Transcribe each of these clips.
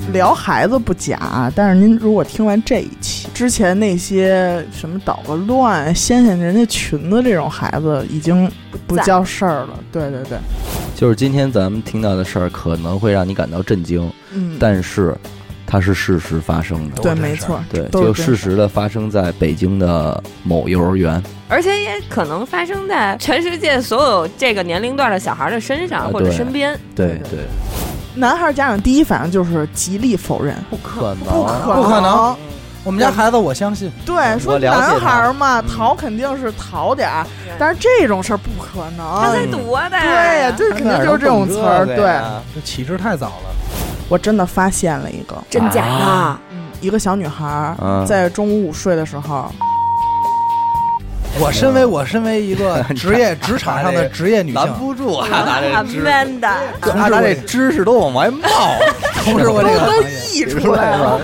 聊孩子不假，但是您如果听完这一期之前那些什么捣个乱、掀掀人家裙子这种孩子，已经不叫事儿了。对对对， 就是今天咱们听到的事儿可能会让你感到震惊，但是它是事实发生的。 对，没错， 对，就事实的发生在北京的某幼儿园， 而且也可能发生在全世界所有这个年龄段的小孩的身上或者身边。 对对。 男孩家长第一反应就是极力否认， 不可能， 不可能。我们家孩子我相信。 对，说男孩嘛，逃肯定是逃点儿，但是这种事儿不可能。 他在赌啊， 对呀，这肯定就是这种词儿。对， 这起势太早了。 我真的发现了一个， 真假的， 一个小女孩在中午午睡的时候。 我身为一个职场上的职业女性， 拦不住，拿这拿这知识都往外冒， 从事过这个都溢出来了。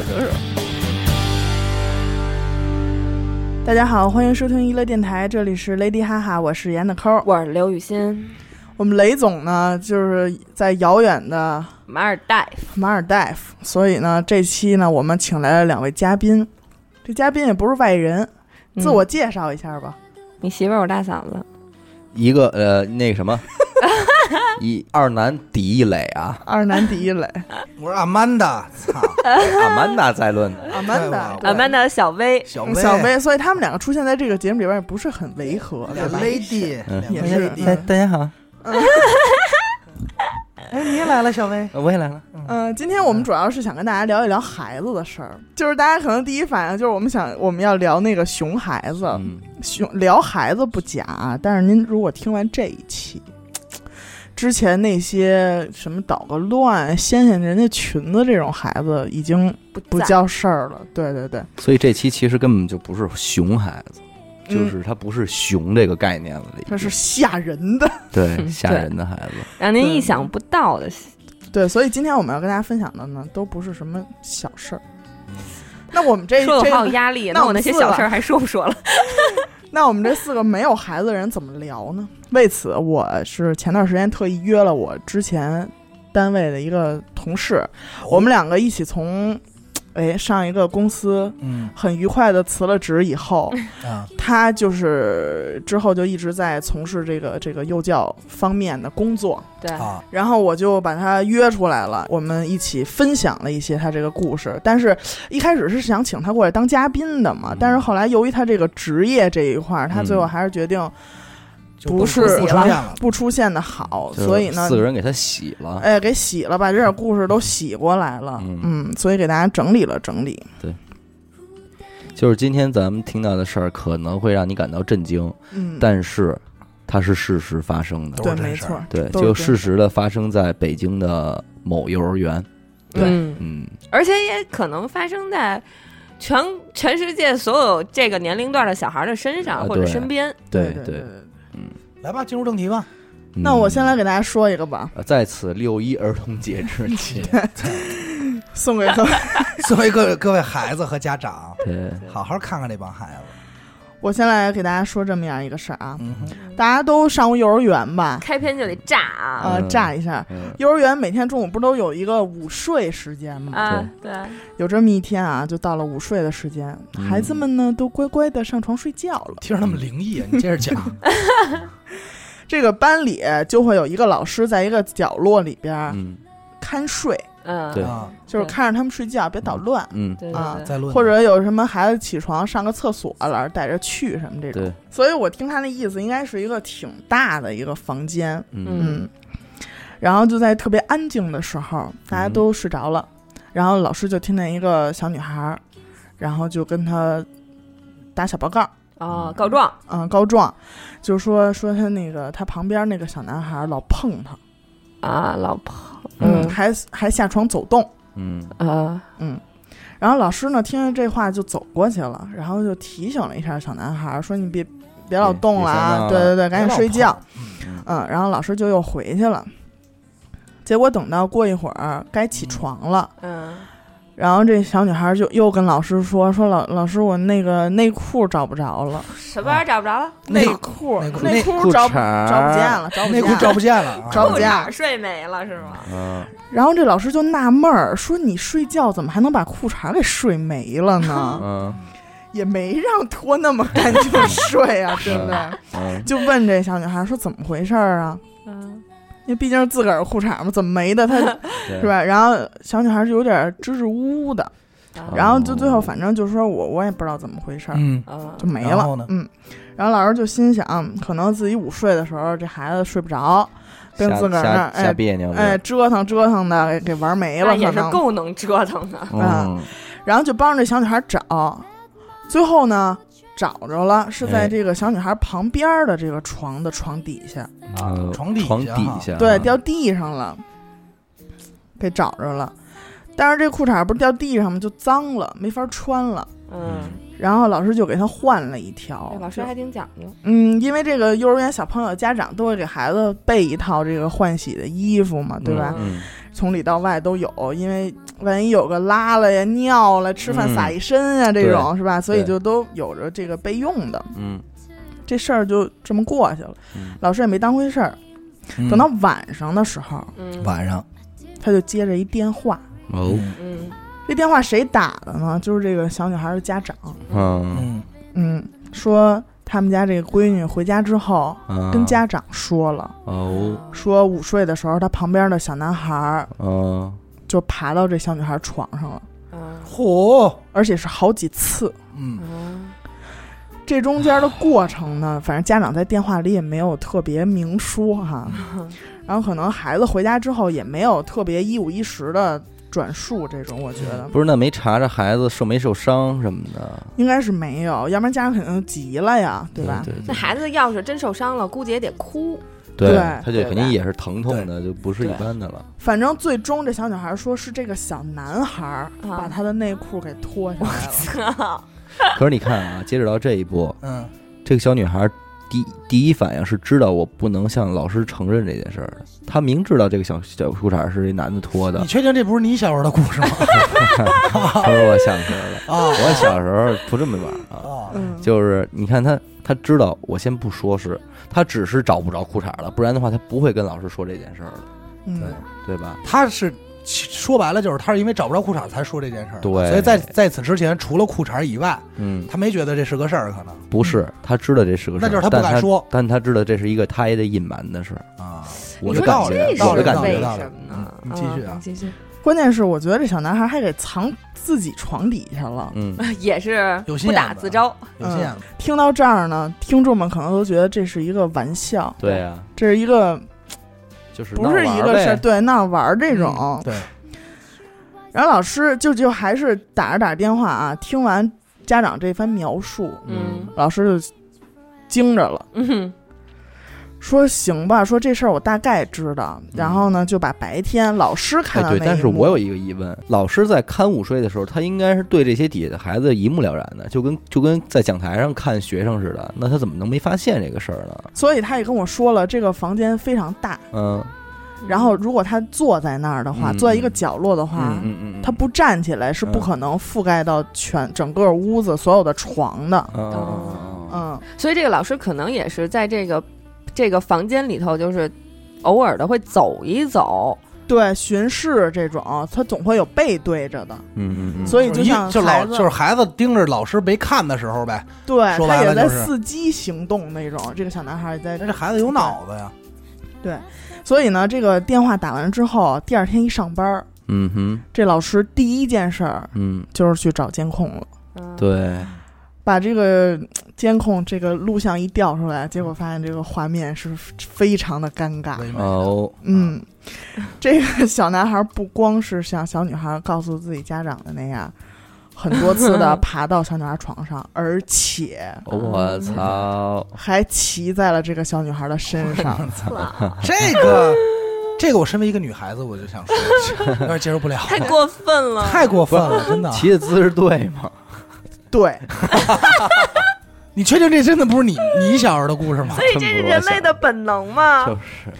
大家好，欢迎收听娱乐电台，这里是 Lady 哈哈，我是严的抠， 我是刘雨欣。 我们雷总呢，就是在遥远的马尔代夫， 所以呢，这期呢，我们请来了两位嘉宾，这嘉宾也不是外人，自我介绍一下吧。 你媳妇儿我大嫂子， 一个那个什么，二男抵一垒啊， 二男抵一垒。 我是阿曼达，操， 阿曼达在论的， 阿曼达小薇， 所以他们两个出现在这个节目里边也不是很违和。 Lady， 也是 Lady， 大家好。 哎，你也来了，小薇， 我也来了。 今天我们主要是想跟大家聊一聊孩子的事儿，就是大家可能第一反应就是我们要聊那个熊孩子，聊孩子不假，但是您如果听完这一期之前那些什么捣个乱、掀掀人家裙子这种孩子，已经不叫事儿了。对对对， 所以这期其实根本就不是熊孩子。就是它不是熊这个概念了， 它是吓人的， 对，吓人的孩子， 让您意想不到的。 对，所以今天我们要跟大家分享的呢，都不是什么小事儿。那我们这说的好有压力，那我那些小事儿还说不说了？ 那我们这四个没有孩子的人怎么聊呢？为此，我是前段时间特意约了我之前单位的一个同事，我们两个一起从上一个公司，很愉快的辞了职以后，他就是之后就一直在从事这个幼教方面的工作。 对， 然后我就把他约出来了，我们一起分享了一些他这个故事。但是一开始是想请他过来当嘉宾的嘛，但是后来由于他这个职业这一块，他最后还是决定不出现的好，所以呢， 四个人给他洗了， 给洗了，把这点故事都洗过来了，所以给大家整理了整理。 对，就是今天咱们听到的事儿可能会让你感到震惊，但是它是事实发生的， 对，没错， 对，就事实的发生在北京的某幼儿园， 对， 而且也可能发生在全世界所有这个年龄段的小孩的身上或者身边， 对。 来吧，进入正题吧。 那我先来给大家说一个吧。 在此6·1儿童节之前， 送给各位孩子和家长，好好看看这帮孩子。 我先来给大家说这么样一个事儿啊，大家都上过幼儿园吧？ 开篇就得炸啊！ 炸一下。幼儿园每天中午不都有一个午睡时间吗？ 对。 有这么一天啊，就到了午睡的时间，孩子们呢都乖乖的上床睡觉了。 听着那么灵异啊！你接着讲。 这个班里就会有一个老师在一个角落里边看睡。 对， 就是看着他们睡觉，别捣乱。 再论， 或者有什么孩子起床上个厕所，老师带着去什么这种。所以我听他那意思，应该是一个挺大的一个房间。然后就在特别安静的时候，大家都睡着了，然后老师就听见一个小女孩，然后就跟他打小报告。告状，就说他那个他旁边那个小男孩老碰他老碰， 还下床走动，然后老师呢听着这话就走过去了，然后就提醒了一下小男孩，说你别老动了啊，对，赶紧睡觉，然后老师就又回去了。结果等到过一会儿该起床了， 然后这小女孩就又跟老师说老师我那个内裤找不着了。 什么玩意儿找不着了？ 内裤找不见了， 内裤找不见了， 找不见， 睡没了是吗？ 然后这老师就纳闷儿，说你睡觉怎么还能把裤衩给睡没了呢？也没让脱那么干净睡啊，对不对？就问这小女孩说怎么回事啊？因为毕竟是自个儿裤衩嘛，怎么没的？她是吧？然后小女孩就有点支支吾吾的，然后就最后反正就说我也不知道怎么回事，就没了。然后老师就心想，可能自己午睡的时候这孩子睡不着，跟自个儿那瞎别扭， 折腾的给玩没了， 也是够能折腾的然后就帮着这小女孩找，最后呢找着了，是在这个小女孩旁边的这个床的床底下。 床底下， 对，掉地上了，给找着了。但是这裤衩不是掉地上吗？就脏了，没法穿了。然后老师就给他换了一条。 老师还挺讲究。 因为这个幼儿园小朋友家长都会给孩子备一套这个换洗的衣服嘛，对吧？从里到外都有，因为万一有个拉了呀、尿了、吃饭洒一身呀这种，是吧？所以就都有着这个备用的。这事儿就这么过去了，老师也没当回事儿。等到晚上的时候， 晚上他就接着一电话。这电话谁打的呢？就是这个小女孩的家长。说他们家这个闺女回家之后，跟家长说了，说午睡的时候，他旁边的小男孩就爬到这小女孩床上了。而且是好几次。这中间的过程呢，反正家长在电话里也没有特别明说哈，然后可能孩子回家之后也没有特别一五一十的转述这种，我觉得不是，那没查着孩子受没受伤什么的， 应该是没有，要不然家长肯定急了呀，对吧？ 对， 那孩子要是真受伤了，估计也得哭。 对，他就肯定也是疼痛的，就不是一般的了。 反正最终这小女孩说是这个小男孩把她的内裤给脱下来了。 可是你看啊，截止到这一步，这个小女孩第一反应是知道我不能向老师承认这件事儿的，她明知道这个小裤衩是一男的脱的。 你确定这不是你小时候的故事吗？ 不是我小时候的，我小时候不这么玩啊，就是你看她知道，我先不说是她只是找不着裤衩了，不然的话她不会跟老师说这件事儿的，对吧？ 她是。说白了就是他是因为找不着裤衩才说这件事儿， 对， 所以在此之前除了裤衩以外，他没觉得这是个事儿，可能不是，他知道这是个事儿， 那就是他不敢说， 但他知道这是一个他也得隐瞒的事啊。 我的感觉，我的感觉， 为什么呢？ 你继续啊， 继续。 关键是我觉得这小男孩还给藏自己床底下了， 也是不打自招， 有心眼子。 听到这儿呢，听众们可能都觉得这是一个玩笑， 对呀， 这是一个， 就是不是一个事儿，对，闹玩这种， 对。 然后老师就还是打着电话啊，听完家长这番描述，老师就惊着了，说行吧，说这事儿我大概知道，然后呢就把白天老师看到那一幕， 对，但是我有一个疑问，老师在看午睡的时候，他应该是对这些底下的孩子一目了然的，就跟在讲台上看学生似的，那他怎么能没发现这个事儿呢？ 所以他也跟我说了，这个房间非常大，然后如果他坐在那儿的话，坐在一个角落的话，他不站起来是不可能覆盖到整个屋子所有的床的。 所以这个老师可能也是在这个房间里头，就是偶尔的会走一走， 对，巡视这种，他总会有背对着的。所以就像就是孩子盯着老师没看的时候呗。 对， 说白了他也在伺机行动那种。这个小男孩也在， 这孩子有脑子呀。 对。所以呢，这个电话打完之后，第二天一上班，这老师第一件事儿，就是去找监控了。 对， 把这个监控这个录像一调出来，结果发现这个画面是非常的尴尬。这个小男孩不光是像小女孩告诉自己家长的那样，很多次的爬到小女孩床上，而且我操， 还骑在了这个小女孩的身上。 这个我身为一个女孩子，我就想说，有点接受不了， 太过分了， 太过分了，真的。 骑的姿势对吗？ 对。 你确定这真的不是你小时候的故事吗？ 所以这是人类的本能吗？ 就是。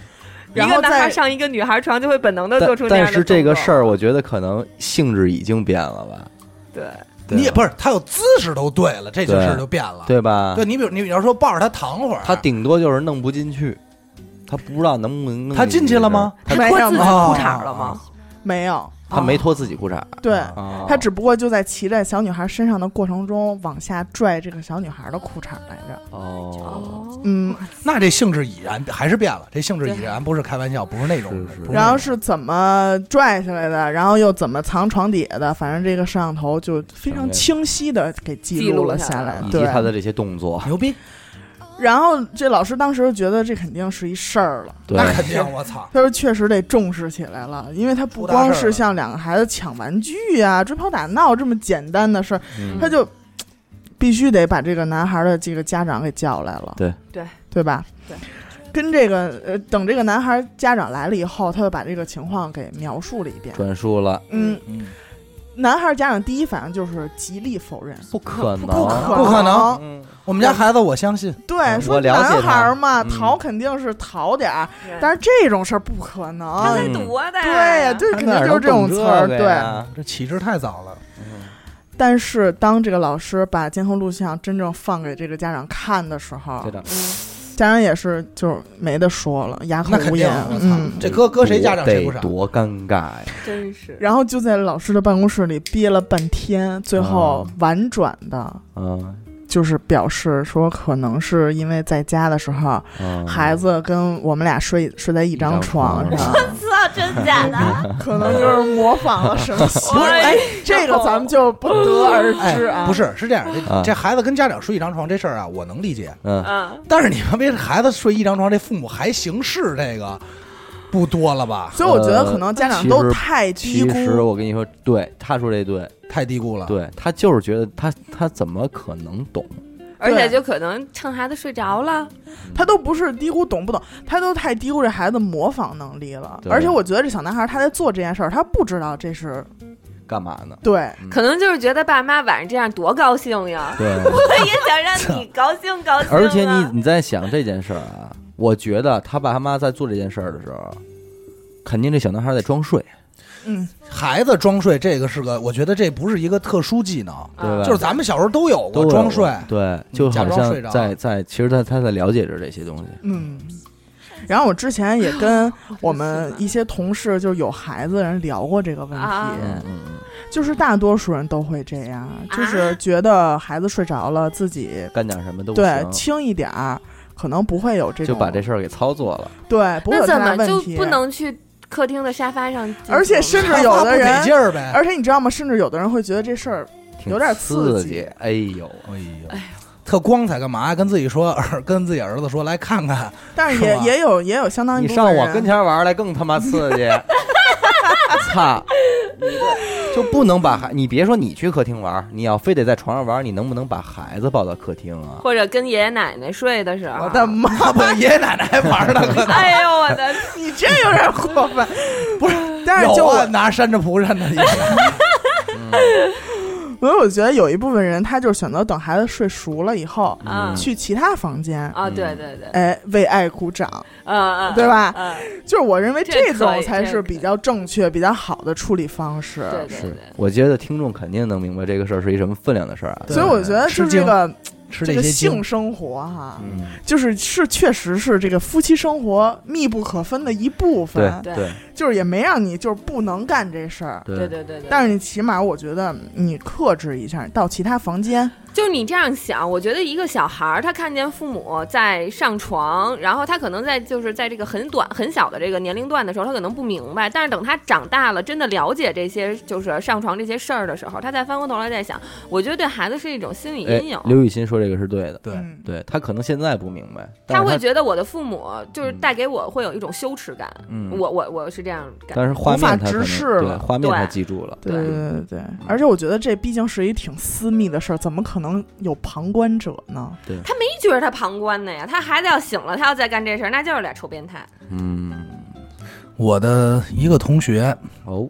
一个男孩上一个女孩床就会本能的做出那样的动作。 但是这个事儿，我觉得可能性质已经变了吧？ 对， 你也不是他有姿势都对了，这件事就变了， 对吧？ 对你比如你要说抱着他躺会儿， 他顶多就是弄不进去，他不知道能不能弄。 他进去了吗？ 他脱自己裤衩了吗？ 没有。 他没脱自己裤衩， 对，他只不过就在骑在小女孩身上的过程中往下拽这个小女孩的裤衩来着。 那这性质已然还是变了，这性质已然不是开玩笑，不是那种。 然后是怎么拽下来的，然后又怎么藏床底下的，反正这个摄像头就非常清晰的给记录了下来， 以及他的这些动作， 牛逼。 然后这老师当时就觉得这肯定是一事儿了， 那肯定，我操！ 他说确实得重视起来了，因为他不光是像两个孩子抢玩具啊、追跑打闹这么简单的事儿，他就必须得把这个男孩的这个家长给叫来了，对吧？对，跟这个等这个男孩家长来了以后，他就把这个情况给描述了一遍， 转述了， 男孩家长第一反应就是极力否认， 不可能， 不可能。我们家孩子，我相信。 对，说男孩嘛，逃肯定是逃点儿，但是这种事儿不可能。 他才多大？ 对呀，这肯定就是这种词儿。对， 这起质太早了。 但是当这个老师把监控录像真正放给这个家长看的时候，家长也是就是没得说了，哑口无言。 这搁谁家长谁不傻？ 多尴尬呀！ 真是。 然后就在老师的办公室里憋了半天，最后婉转的，就是表示说，可能是因为在家的时候，孩子跟我们俩睡在一张床上。 我操，真假的？ 可能就是模仿了什么？哎，这个咱们就不得而知啊。 不是这样，这孩子跟家长睡一张床这事儿啊，我能理解。但是你们别孩子睡一张床，这父母还行事，这个不多了吧？ 所以我觉得可能家长都太低估。 其实我跟你说，对，他说这对。 太低估了， 对，他就是觉得他怎么可能懂， 而且就可能趁孩子睡着了， 他都不是低估懂不懂，他都太低估这孩子模仿能力了。而且我觉得这小男孩他在做这件事儿，他不知道这是干嘛呢？ 对， 可能就是觉得爸妈晚上这样多高兴呀， 对， 我也想让你高兴高兴。 而且你在想这件事儿啊，我觉得他爸他妈在做这件事儿的时候，肯定这小男孩在装睡。 孩子装睡这个是个，我觉得这不是一个特殊技能， 对吧？ 就是咱们小时候都有过装睡， 对，就好像其实他在了解着这些东西。 然后我之前也跟我们一些同事，就是有孩子的人聊过这个问题，就是大多数人都会这样，就是觉得孩子睡着了，自己干点什么都不行， 对，轻一点儿，可能不会有这种， 就把这事儿给操作了， 对，不会有太大问题。 那怎么就不能去客厅的沙发上？ 而且甚至有的人， 而且你知道吗？甚至有的人会觉得这事儿有点刺激。 哎呦， 特光彩干嘛呀？跟自己说，跟自己儿子说，来看看。 但是也有相当一部分人， 你上我跟前玩来更他妈刺激。操！就不能把你别说你去客厅玩，你要非得在床上玩，你能不能把孩子抱到客厅啊？ 或者跟爷爷奶奶睡的时候， 我的妈！ 不，爷爷奶奶还玩呢，可能。 哎呦我的， 你这有点过分。不是，但是就我拿山着蒲扇的爷爷奶奶。 所以我觉得有一部分人，他就是选择等孩子睡熟了以后，去其他房间啊，对对对， 哎，为爱鼓掌，对吧？就是我认为这种才是比较正确、比较好的处理方式。 对对对， 我觉得听众肯定能明白这个事儿是一什么分量的事儿啊。 所以我觉得就是这个。 这个性生活哈，就是确实是这个夫妻生活密不可分的一部分。 对， 就是也没让你就是不能干这事儿。 对对对。 但是你起码我觉得你克制一下，到其他房间。 就你这样想，我觉得一个小孩他看见父母在上床，然后他可能在这个很小的这个年龄段的时候，他可能不明白，但是等他长大了，真的了解这些就是上床这些事儿的时候，他再翻过头来再想，我觉得对孩子是一种心理阴影。 刘雨欣说这个是对的， 对， 他可能现在不明白， 他会觉得我的父母就是带给我会有一种羞耻感，我是这样感觉， 但是画面无法直视了， 画面他记住了， 对，而且我觉得这毕竟是一挺私密的事儿，怎么可能有旁观者呢？ 对， 他没觉得他旁观的呀，他孩子要醒了，他要再干这事儿，那就是俩臭变态。 我的一个同学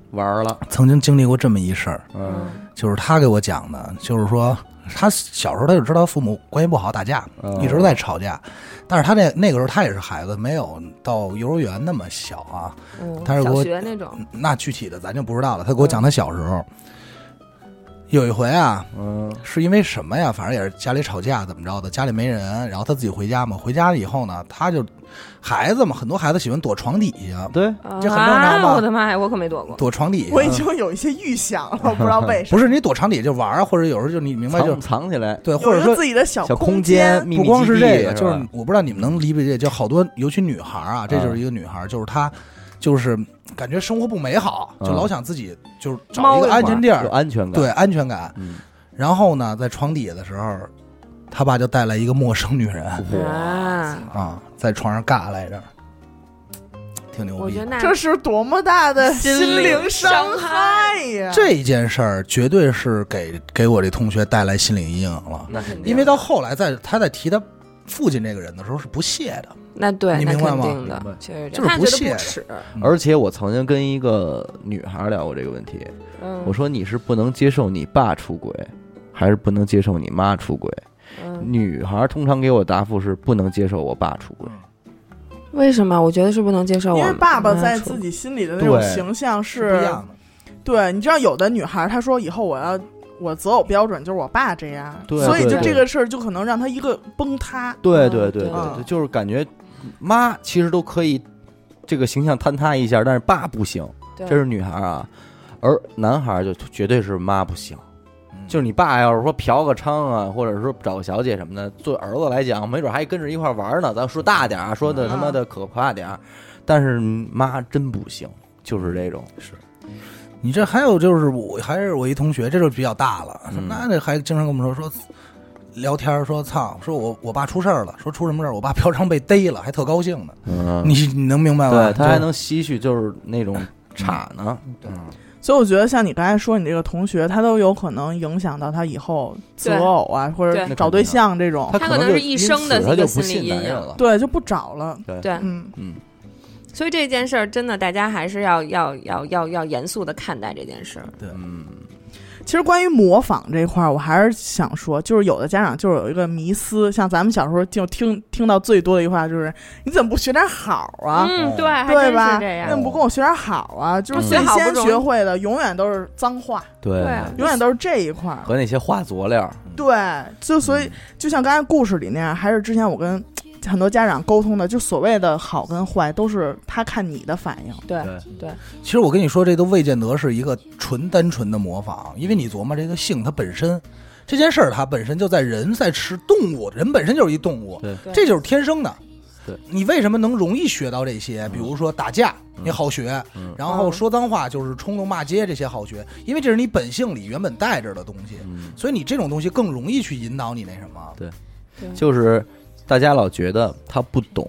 玩了。 曾经经历过这么一事儿，就是他给我讲的，就是说他小时候他就知道父母关系不好，打架，一直在吵架。但是他那个时候他也是孩子，没有到幼儿园那么小啊。他是给我小学那种， 那具体的咱就不知道了。他给我讲他小时候。有一回啊，是因为什么呀？反正也是家里吵架，怎么着的？家里没人，然后他自己回家嘛。回家了以后呢，他就孩子嘛，很多孩子喜欢躲床底下， 对， 这很正常嘛。 我的妈呀，我可没躲过。 躲床底下， 我已经有一些预想了，不知道为什么。 不是你躲床底下就玩啊，或者有时候就你明白就藏起来， 对，或者说自己的小空间， 不光是这个，就是我不知道你们能理不理解，就好多尤其女孩啊，这就是一个女孩，就是她就是感觉生活不美好，就老想自己就是找一个安全地儿， 有安全感， 对安全感。然后呢，在床底下的时候，他爸就带来一个陌生女人在床上尬来着，挺牛逼。 我觉得这是多么大的心灵伤害呀！ 这件事儿绝对是给我这同学带来心理阴影了。因为到后来他在提他父亲这个人的时候是不屑的。 那对， 你明白吗？ 就是不屑的。 而且我曾经跟一个女孩聊过这个问题，我说你是不能接受你爸出轨，还是不能接受你妈出轨？女孩通常给我答复是不能接受我爸出轨。 为什么？我觉得是不能接受我， 因为爸爸在自己心里的那种形象是不一样的。 对，你知道有的女孩她说以后我择偶标准就是我爸这样，所以就这个事儿就可能让他一个崩塌。 对，就是感觉妈其实都可以这个形象坍塌一下，但是爸不行，这是女孩啊。而男孩就绝对是妈不行，就是你爸要是说嫖个娼啊，或者说找个小姐什么的，作为儿子来讲，没准还跟着一块玩呢。咱说大点啊，说的他妈的可怕点，但是妈真不行，就是这种。 是你这还有就是还是我一同学，这就比较大了，那这还经常跟我们说聊天说操，说我爸出事儿了，说出什么事儿，我爸嫖娼被逮了，还特高兴呢。你能明白吗？ 对，他还能吸取就是那种岔呢。 所以我觉得像你刚才说你这个同学，他都有可能影响到他以后择偶啊，或者找对象这种， 他可能是一生的一个心理阴影， 对，就不找了。 对，所以这件事儿真的，大家还是要严肃的看待这件事儿。 对， 其实关于模仿这块儿，我还是想说，就是有的家长就是有一个迷思，像咱们小时候就听到最多的一句话就是你怎么不学点好啊？对吧？你怎么不跟我学点好啊？就是最先学会的永远都是脏话， 对， 永远都是这一块和那些话佐料。 对，就所以就像刚才故事里那样，还是之前我跟很多家长沟通的，就所谓的好跟坏都是他看你的反应。 对， 其实我跟你说，这都未见得是一个单纯的模仿，因为你琢磨这个性它本身这件事儿，它本身就在人在吃动物，人本身就是一动物，这就是天生的。你为什么能容易学到这些？比如说打架你好学，然后说脏话就是冲动骂街这些好学，因为这是你本性里原本带着的东西，所以你这种东西更容易去引导你那什么。 对，就是大家老觉得他不懂，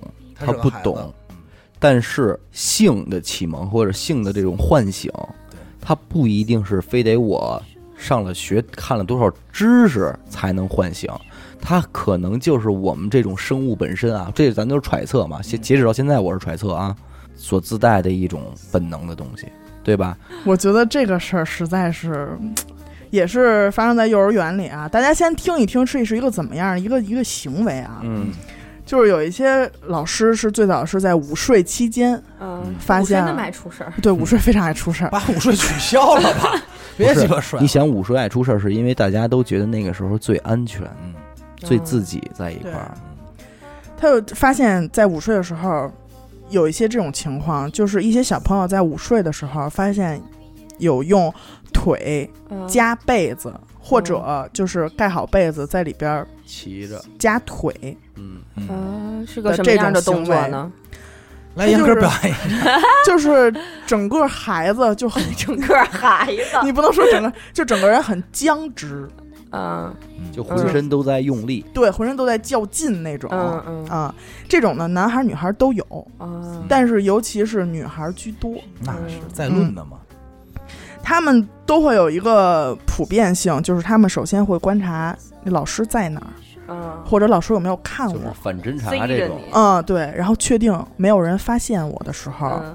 但是性的启蒙或者性的这种唤醒，它不一定是非得我上了学看了多少知识才能唤醒，它可能就是我们这种生物本身啊，这咱都是揣测嘛，截止到现在我是揣测啊，所自带的一种本能的东西，对吧？ 我觉得这个事儿实在是也是发生在幼儿园里啊，大家先听一听这是一个怎么样的一个行为啊。就是有一些老师是最早是在午睡期间发现， 午睡那么爱出事儿。 对，午睡非常爱出事儿， 把午睡取消了吧，别鸡巴睡。 你想午睡爱出事儿，是因为大家都觉得那个时候最安全，最自己在一块儿。 他有发现，在午睡的时候有一些这种情况，就是一些小朋友在午睡的时候发现有用腿加被子，或者就是盖好被子在里边骑着加腿， 是个什么样的动作呢？ 来，严哥表演一下， 就是整个孩子就很整个孩子， 你不能说整个，就整个人很僵直， 就浑身都在用力， 对，浑身都在较劲那种，这种呢，男孩女孩都有，但是尤其是女孩居多， 那是在论的嘛。 他们都会有一个普遍性，就是他们首先会观察老师在哪儿，或者老师有没有看我， 就是反侦查这种， 对，然后确定没有人发现我的时候，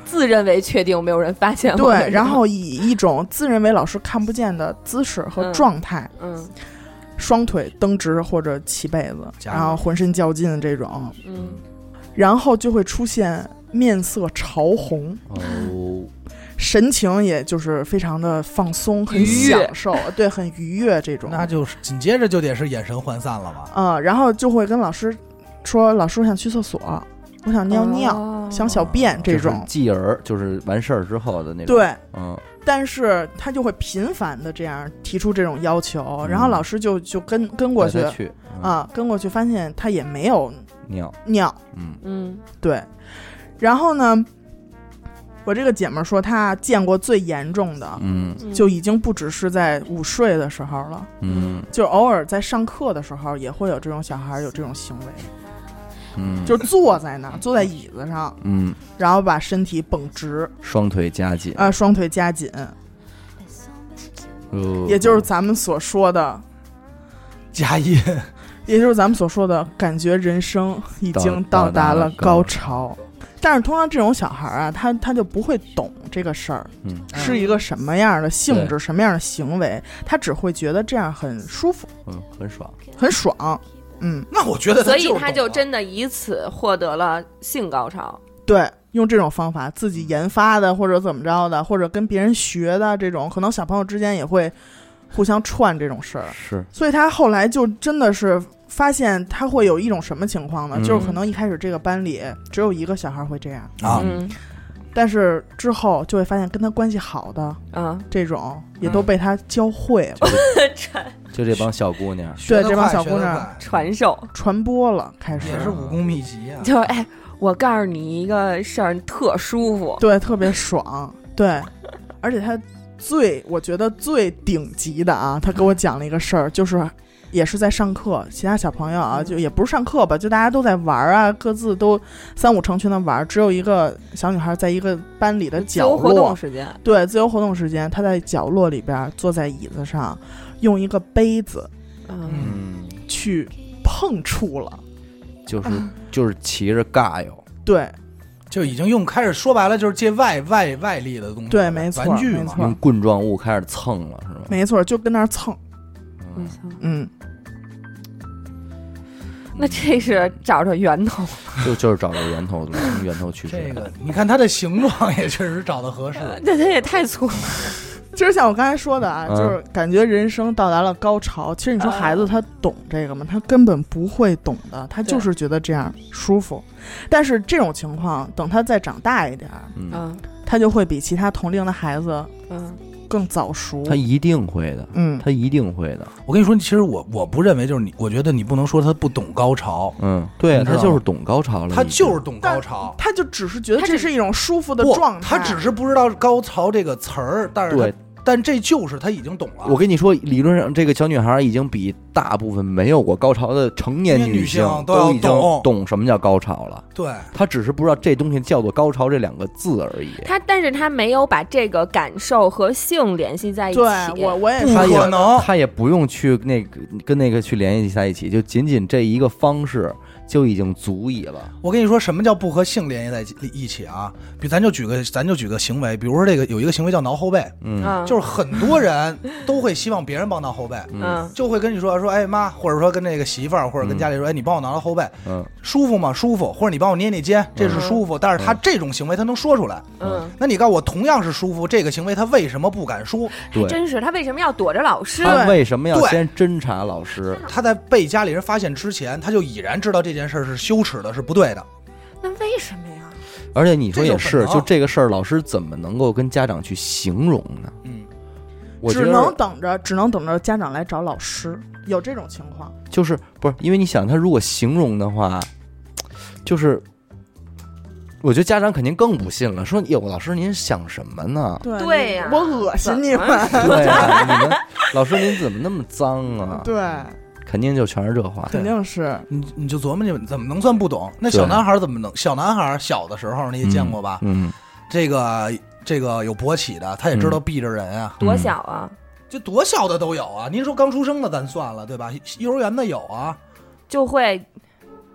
自认为确定没有人发现我， 对，然后以一种自认为老师看不见的姿势和状态，双腿蹬直或者齐被子，然后浑身较劲的这种，然后就会出现面色潮红，神情也就是非常的放松，很享受，对，很愉悦这种。 那就是紧接着就得是眼神涣散了吧？ 然后就会跟老师说：“老师，我想去厕所，我想尿尿，想小便。”这种继而就是完事儿之后的那种。 对，但是他就会频繁的这样提出这种要求，然后老师就跟过去跟过去，发现他也没有尿，对，然后呢？我这个姐们说，她见过最严重的，就已经不只是在午睡的时候了，就偶尔在上课的时候也会有这种小孩有这种行为，就坐在那儿，坐在椅子上，然后把身体绷直， 双腿夹紧， 双腿夹紧，也就是咱们所说的加音， 也就是咱们所说的感觉人生已经到达了高潮。但是通常这种小孩啊，他就不会懂这个事儿，是一个什么样的性质，什么样的行为，他只会觉得这样很舒服，很爽， 那我觉得所以他就真的以此获得了性高潮。 对，用这种方法自己研发的，或者怎么着的，或者跟别人学的这种，可能小朋友之间也会互相串这种事儿。 是， 所以他后来就真的是发现他会有一种什么情况呢？就是可能一开始这个班里只有一个小孩会这样但是之后就会发现跟他关系好的这种也都被他教会了， 就这帮小姑娘， 对，这帮小姑娘传播了，开始也是武功秘籍啊。 就我告诉你一个事儿，特舒服， 对，特别爽，对，而且他我觉得最顶级的他给我讲了一个事儿，就是。也是在上课，其他小朋友就也不是上课吧，就大家都在玩各自都3-5成群的玩，只有一个小女孩在一个班里的角落， 自由活动时间， 对，自由活动时间，她在角落里边坐在椅子上，用一个杯子，去碰触了， 就是骑着尬游， 对， 就已经开始说白了就是借外力的东西， 对，没错， 玩具嘛， 用棍状物开始蹭了，是吧？ 没错，就跟那儿蹭。 那这是找着源头， 就是找着源头了，从源头去。 这个你看它的形状也确实找得合适， 这也太粗了。 其实像我刚才说的就是感觉人生到达了高潮。其实你说孩子他懂这个吗？他根本不会懂的，他就是觉得这样舒服。但是这种情况，等他再长大一点，他就会比其他同龄的孩子，更早熟， 他一定会的，他一定会的。 我跟你说，其实我不认为就是我觉得你不能说他不懂高潮， 对，他就是懂高潮了， 他就是懂高潮， 他就只是觉得这是一种舒服的状态， 他只是不知道高潮这个词儿，但这就是他已经懂了。 我跟你说，理论上这个小女孩已经比大部分没有过高潮的成年女性都已经懂什么叫高潮了。对，她只是不知道这东西叫做高潮这2个字而已。 但是她没有把这个感受和性联系在一起。 对，我也不可能， 她也不用去跟那个去联系在一起，就仅仅这一个方式就已经足以了。 我跟你说，什么叫不和性联系在一起啊？咱就举个行为，比如说这个有一个行为叫挠后背，就是很多人都会希望别人帮挠后背，就会跟你说，哎妈，或者说跟那个媳妇儿，或者跟家里说，哎你帮我挠挠后背，舒服吗？舒服，或者你帮我捏捏肩，这是舒服。但是他这种行为他能说出来，那你告诉我，同样是舒服，这个行为他为什么不敢说？ 对， 真是他为什么要躲着老师？ 他为什么要先侦查老师？ 他在被家里人发现之前，他就已然知道这件事是羞耻的，是不对的。 那为什么呀？ 而且你说也是，就这个事儿，老师怎么能够跟家长去形容呢？我觉得只能等着家长来找老师，有这种情况。 就是不是因为你想，他如果形容的话，就是我觉得家长肯定更不信了，说哟，老师您想什么呢？ 对呀， 我恶心你们。 对呀，你们老师您怎么那么脏啊？ 对。 肯定就全是这话， 肯定是你就琢磨你怎么能算不懂？那小男孩怎么能？小男孩小的时候你也见过吧？这个有勃起的，他也知道避着人啊。 多小啊？ 就多小的都有啊。您说刚出生的咱算了，对吧？幼儿园的有啊， 就会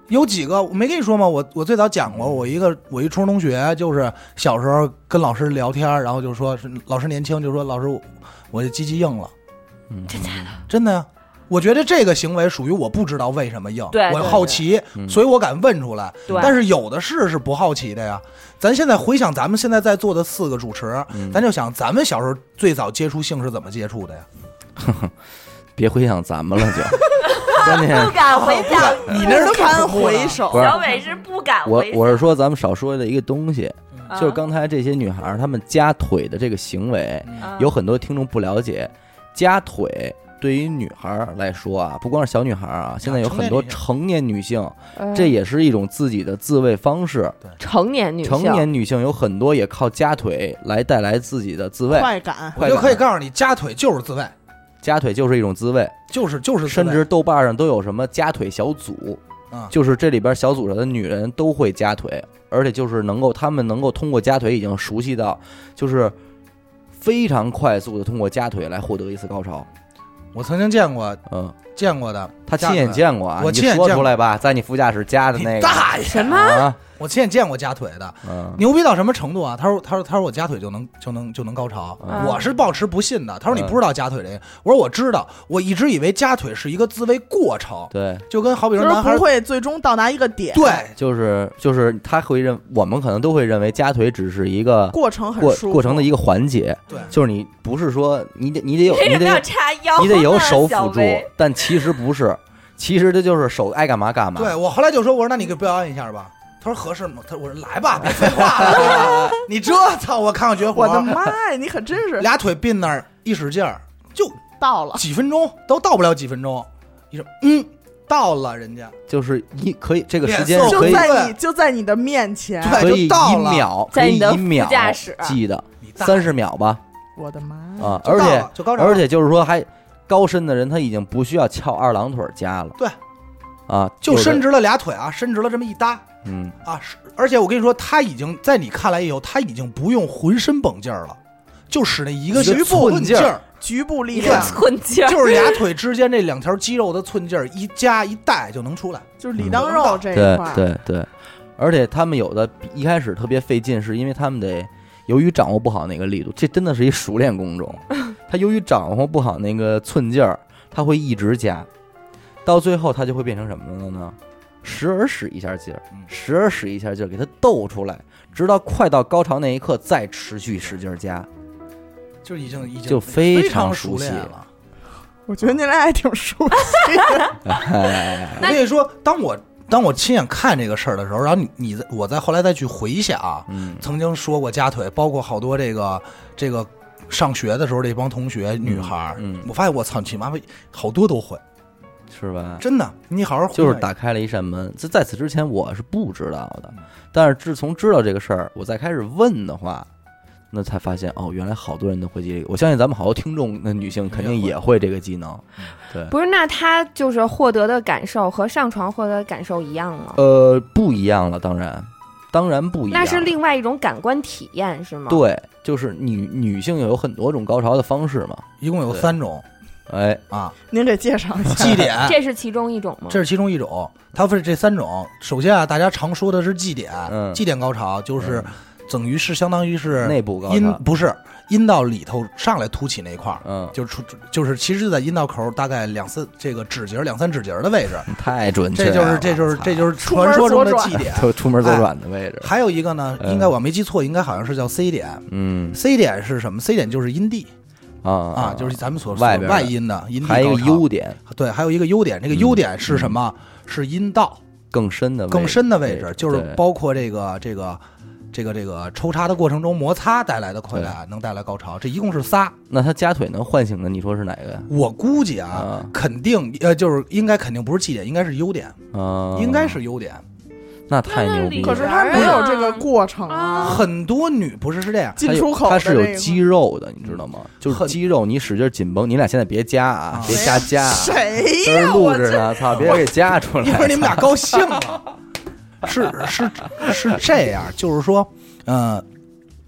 有几个我没跟你说吗？我最早讲过，我一初中同学，就是小时候跟老师聊天，然后就说老师年轻，就说老师我这鸡鸡硬了， 真的真的呀。我觉得这个行为属于我不知道为什么硬，我好奇，所以我敢问出来。但是有的是不好奇的呀。咱现在回想咱们现在在座的4个主持，咱就想咱们小时候最早接触性是怎么接触的呀？ 别回想咱们了就。 不敢回想， 你那都敢回首。 小伟是不敢回想。我是说咱们少说的一个东西，就是刚才这些女孩她们夹腿的这个行为，有很多听众不了解。夹腿对于女孩来说啊，不光是小女孩啊，现在有很多成年女性，这也是一种自己的自慰方式。 成年女性有很多也靠夹腿来带来自己的自慰快感。 我就可以告诉你，夹腿就是自慰。 夹腿就是一种自慰， 就是甚至豆瓣上都有什么夹腿小组，就是这里边小组上的女人都会夹腿，而且就是她们能够通过夹腿已经熟悉到，就是非常快速的通过夹腿来获得一次高潮。 我曾经见过，见过的， 他亲眼见过啊！ 我亲眼说出来吧，在你副驾驶夹的那个大爷什么？ 我亲眼见过夹腿的，牛逼到什么程度啊？他说我夹腿就能高潮，我是抱持不信的。他说你不知道夹腿这个，我说我知道，我一直以为夹腿是一个自慰过程， 对， 就跟好比说男孩不会最终到达一个点， 对， 就是他会我们可能都会认为夹腿只是一个过程很舒服过程的一个环节， 对， 就是你不是说你得有叉腰， 你得有手辅助，但其实不是，其实这就是手爱干嘛干嘛。 对，我后来就说，我说那你给表演一下吧。他说合适吗？我说来吧，别废话了。你这操，我看看绝活。 我的妈呀，你可真是俩腿并那儿一使劲儿就到了， 几分钟都到不了几分钟。你说到了，人家就是可以这个时间可以就在你的面前， 可以1秒， 在你的 1秒驾驶记得30秒吧。 我的妈啊！而且就是说，还高深的人他已经不需要翘2郎腿夹了。 对。 啊， 就伸直了俩腿啊，伸直了这么一搭，而且我跟你说，他已经在你看来以后，他已经不用浑身绷劲儿了，就使那一个局部劲儿， 局部力量， 寸劲儿， 就是俩腿之间这2条肌肉的寸劲儿，一夹一带就能出来， 就是里当肉这一块。 对，而且他们有的一开始特别费劲，是因为他们得由于掌握不好那个力度，这真的是一熟练工种。他由于掌握不好那个寸劲儿，他会一直夹。到最后，它就会变成什么了呢？时而使一下劲儿，时而使一下劲儿，给它逗出来，直到快到高潮那一刻，再持续使劲加， 就已经就非常熟悉了。 我觉得你俩还挺熟悉的。 我跟你说，当我亲眼看这个事儿的时候，然后我再后来再去回想，曾经说过夹腿，包括好多这个上学的时候这帮同学女孩，我发现我操，起码好多都会。 是吧？ 真的，你好好就是打开了一扇门。在此之前我是不知道的，但是自从知道这个事儿，我再开始问的话，那才发现原来好多人都会这个。我相信咱们好多听众的女性肯定也会这个技能。对， 不是，那她就是获得的感受和上床获得的感受一样吗？ 不一样了，当然不一样。 那是另外一种感官体验是吗？ 对，就是女性有很多种高潮的方式嘛， 一共有3种。 您给介绍一下。 祭点， 这是其中一种吗？ 这是其中一种，它分这3种。首先大家常说的是祭点，祭点高潮就是等于是相当于是内部高潮， 不是阴道里头上来凸起那块儿，就是其实就在阴道口大概这个指节2-3指节的位置， 太准确了。 这就是传说中的祭点， 出门左转的位置。 还有一个呢，应该我没记错，应该好像是叫 C 点。C 点是什么 ？C 点就是阴蒂。就是咱们所说外阴的阴蒂高潮。 还有一个优点， 对，还有一个优点，这个优点是什么？是阴道更深的位置，就是包括这个抽插的过程中摩擦带来的快感，能带来高潮。这一共是仨。 那他夹腿能唤醒的，你说是哪个呀？ 我估计肯定就是肯定不是祭点，应该是优点应该是优点。 那太牛逼了！ 可是它没有这个过程啊。 很多不是这样， 进出口它是有肌肉的，你知道吗？就是肌肉，你使劲紧绷。你俩现在别夹啊，别瞎夹。 谁呀？录着呢，操！别给夹出来。 一会儿你们俩高兴了。是这样，就是说，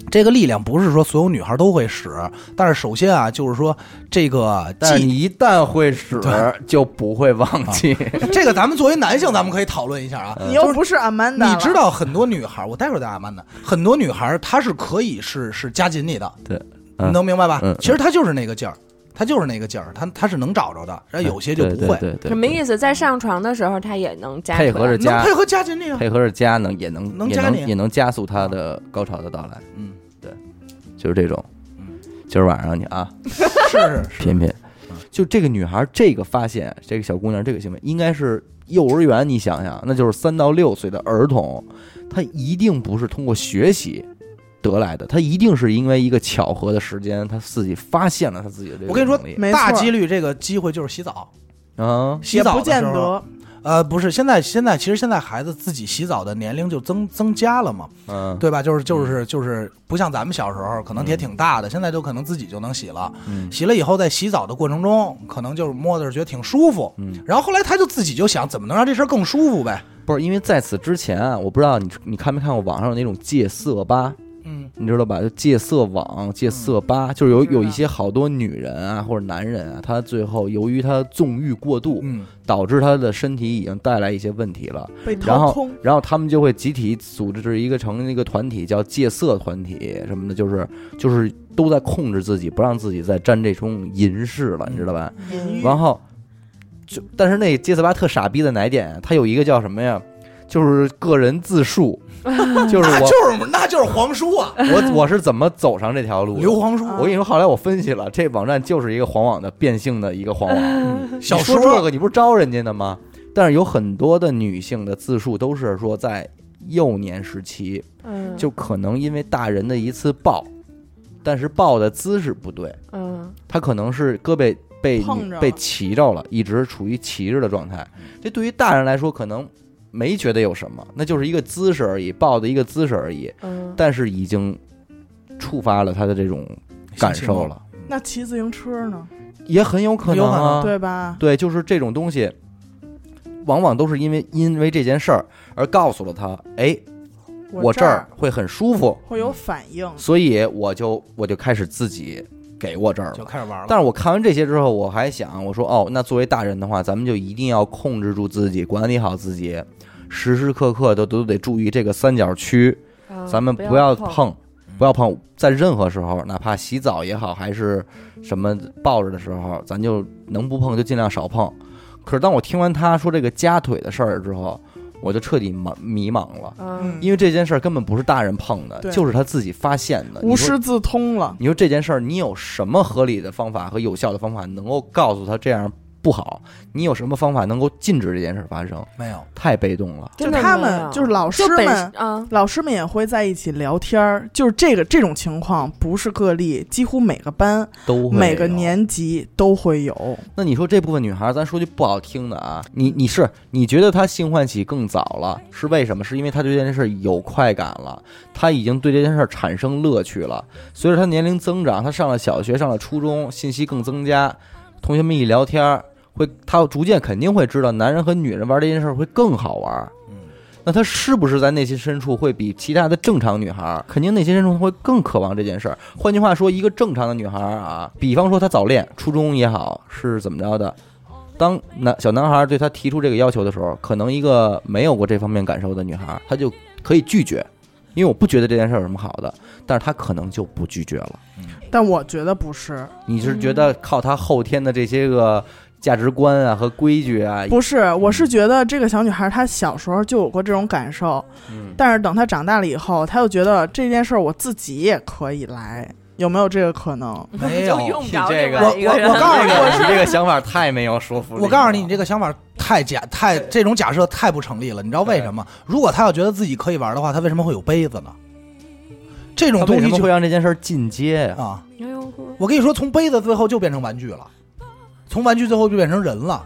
这个力量不是说所有女孩都会使，但是首先啊，就是说这个， 但你一旦会使，就不会忘记。 这个咱们作为男性，咱们可以讨论一下啊。 你又不是阿曼达， 你知道很多女孩，我待会儿再阿曼达，很多女孩她是可以是夹紧你的， 对， 你能明白吧？其实她就是那个劲儿。他就是那个劲儿，他是能找着的，然后有些就不会。 对， 什么意思？在上床的时候，他也能加配合着加， 能配合加紧力， 配合着加也能加速他的高潮的到来。对，就是这种。今儿晚上你啊， 是品品，就这个女孩这个发现，这个小姑娘这个行为，应该是幼儿园。你想想，那就是3到6岁的儿童，她一定不是通过学习得来的，他一定是因为一个巧合的时间，他自己发现了他自己的这个能力。 我跟你说，大几率这个机会就是洗澡啊， 洗澡的时候也不见得。 不是，现在其实现在孩子自己洗澡的年龄就增加了嘛，对吧？就是不像咱们小时候可能也挺大的，现在就可能自己就能洗了。洗了以后，在洗澡的过程中，可能就是摸着觉得挺舒服，然后后来他就自己就想怎么能让这事更舒服呗？ 不是，因为在此之前啊，我不知道你看没看过网上有那种戒色吧？你知道吧？就戒色网、戒色吧，就是有一些好多女人啊或者男人啊，他最后由于他纵欲过度，导致他的身体已经带来一些问题了， 被掏空。 然后他们就会集体组织成一个团体，叫戒色团体什么的，就是都在控制自己，不让自己再沾这种淫事了，你知道吧？然后但是那戒色吧特傻逼的哪点啊？他有一个叫什么呀？就是个人自述。 那就是黄书啊！ 我是怎么走上这条路？ 刘皇书。 我跟你说，后来我分析了，这网站就是一个黄网的变性的一个黄网。 小说这个你不是招人家的吗？但是有很多的女性的自述都是说在幼年时期，就可能因为大人的一次抱，但是抱的姿势不对，她可能是胳膊被骑着了，一直处于骑着的状态。这对于大人来说可能没觉得有什么，那就是一个姿势而已，抱的一个姿势而已。但是已经触发了他的这种感受了。 那骑自行车呢？ 也很有可能啊， 对吧？ 对，就是这种东西，往往都是因为这件事儿而告诉了他，哎，我这儿会很舒服， 会有反应， 所以我就开始自己给我这儿了， 就开始玩了。 但是我看完这些之后，我还想，我说哦，那作为大人的话，咱们就一定要控制住自己，管理好自己。时时刻刻都得注意这个三角区，咱们不要碰，在任何时候，哪怕洗澡也好，还是什么抱着的时候，咱就能不碰就尽量少碰。可是当我听完他说这个夹腿的事儿之后，我就彻底迷茫了，因为这件事儿根本不是大人碰的，就是他自己发现的， 无师自通了。 你说这件事儿，你有什么合理的方法和有效的方法能够告诉他这样不好？你有什么方法能够禁止这件事发生？ 没有， 太被动了。 就他们就是老师们，老师们也会在一起聊天，就是这种情况不是个例，几乎每个班都会， 每个年级都会有。 那你说这部分女孩，咱说句不好听的啊，你觉得她性唤起更早了，是为什么？是因为她对这件事有快感了，她已经对这件事产生乐趣了。随着她年龄增长，她上了小学，上了初中，信息更增加，同学们一聊天。他逐渐肯定会知道男人和女人玩这件事会更好玩，那他是不是在内心深处会比其他的正常女孩肯定内心深处会更渴望这件事？换句话说，一个正常的女孩啊，比方说她早恋，初中也好是怎么着的，当小男孩对她提出这个要求的时候，可能一个没有过这方面感受的女孩，她就可以拒绝，因为我不觉得这件事有什么好的，但是她可能就不拒绝了。 但我觉得不是， 你是觉得靠她后天的这些个价值观啊和规矩啊？ 不是，我是觉得这个小女孩她小时候就有过这种感受，但是等她长大了以后，她又觉得这件事我自己也可以来，有没有这个可能？ 没有， 用不着这个我告诉你， 你这个想法太没有说服力。 我告诉你，你这个想法太这种假设太不成立了。你知道为什么？如果她要觉得自己可以玩的话，她为什么会有杯子呢？这种东西就会让这件事进阶啊！我跟你说，从杯子最后就变成玩具了。从玩具最后就变成人了，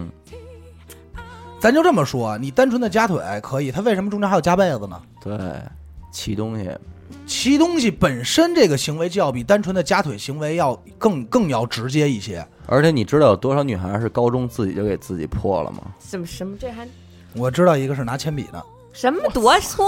咱就这么说，你单纯的夹腿可以，他为什么中间还要夹被子呢？ 对，骑东西本身这个行为就要比单纯的夹腿行为要更要直接一些。 而且你知道有多少女孩是高中自己就给自己破了吗？ 什么这还？ 我知道一个是拿铅笔的， 什么多搓？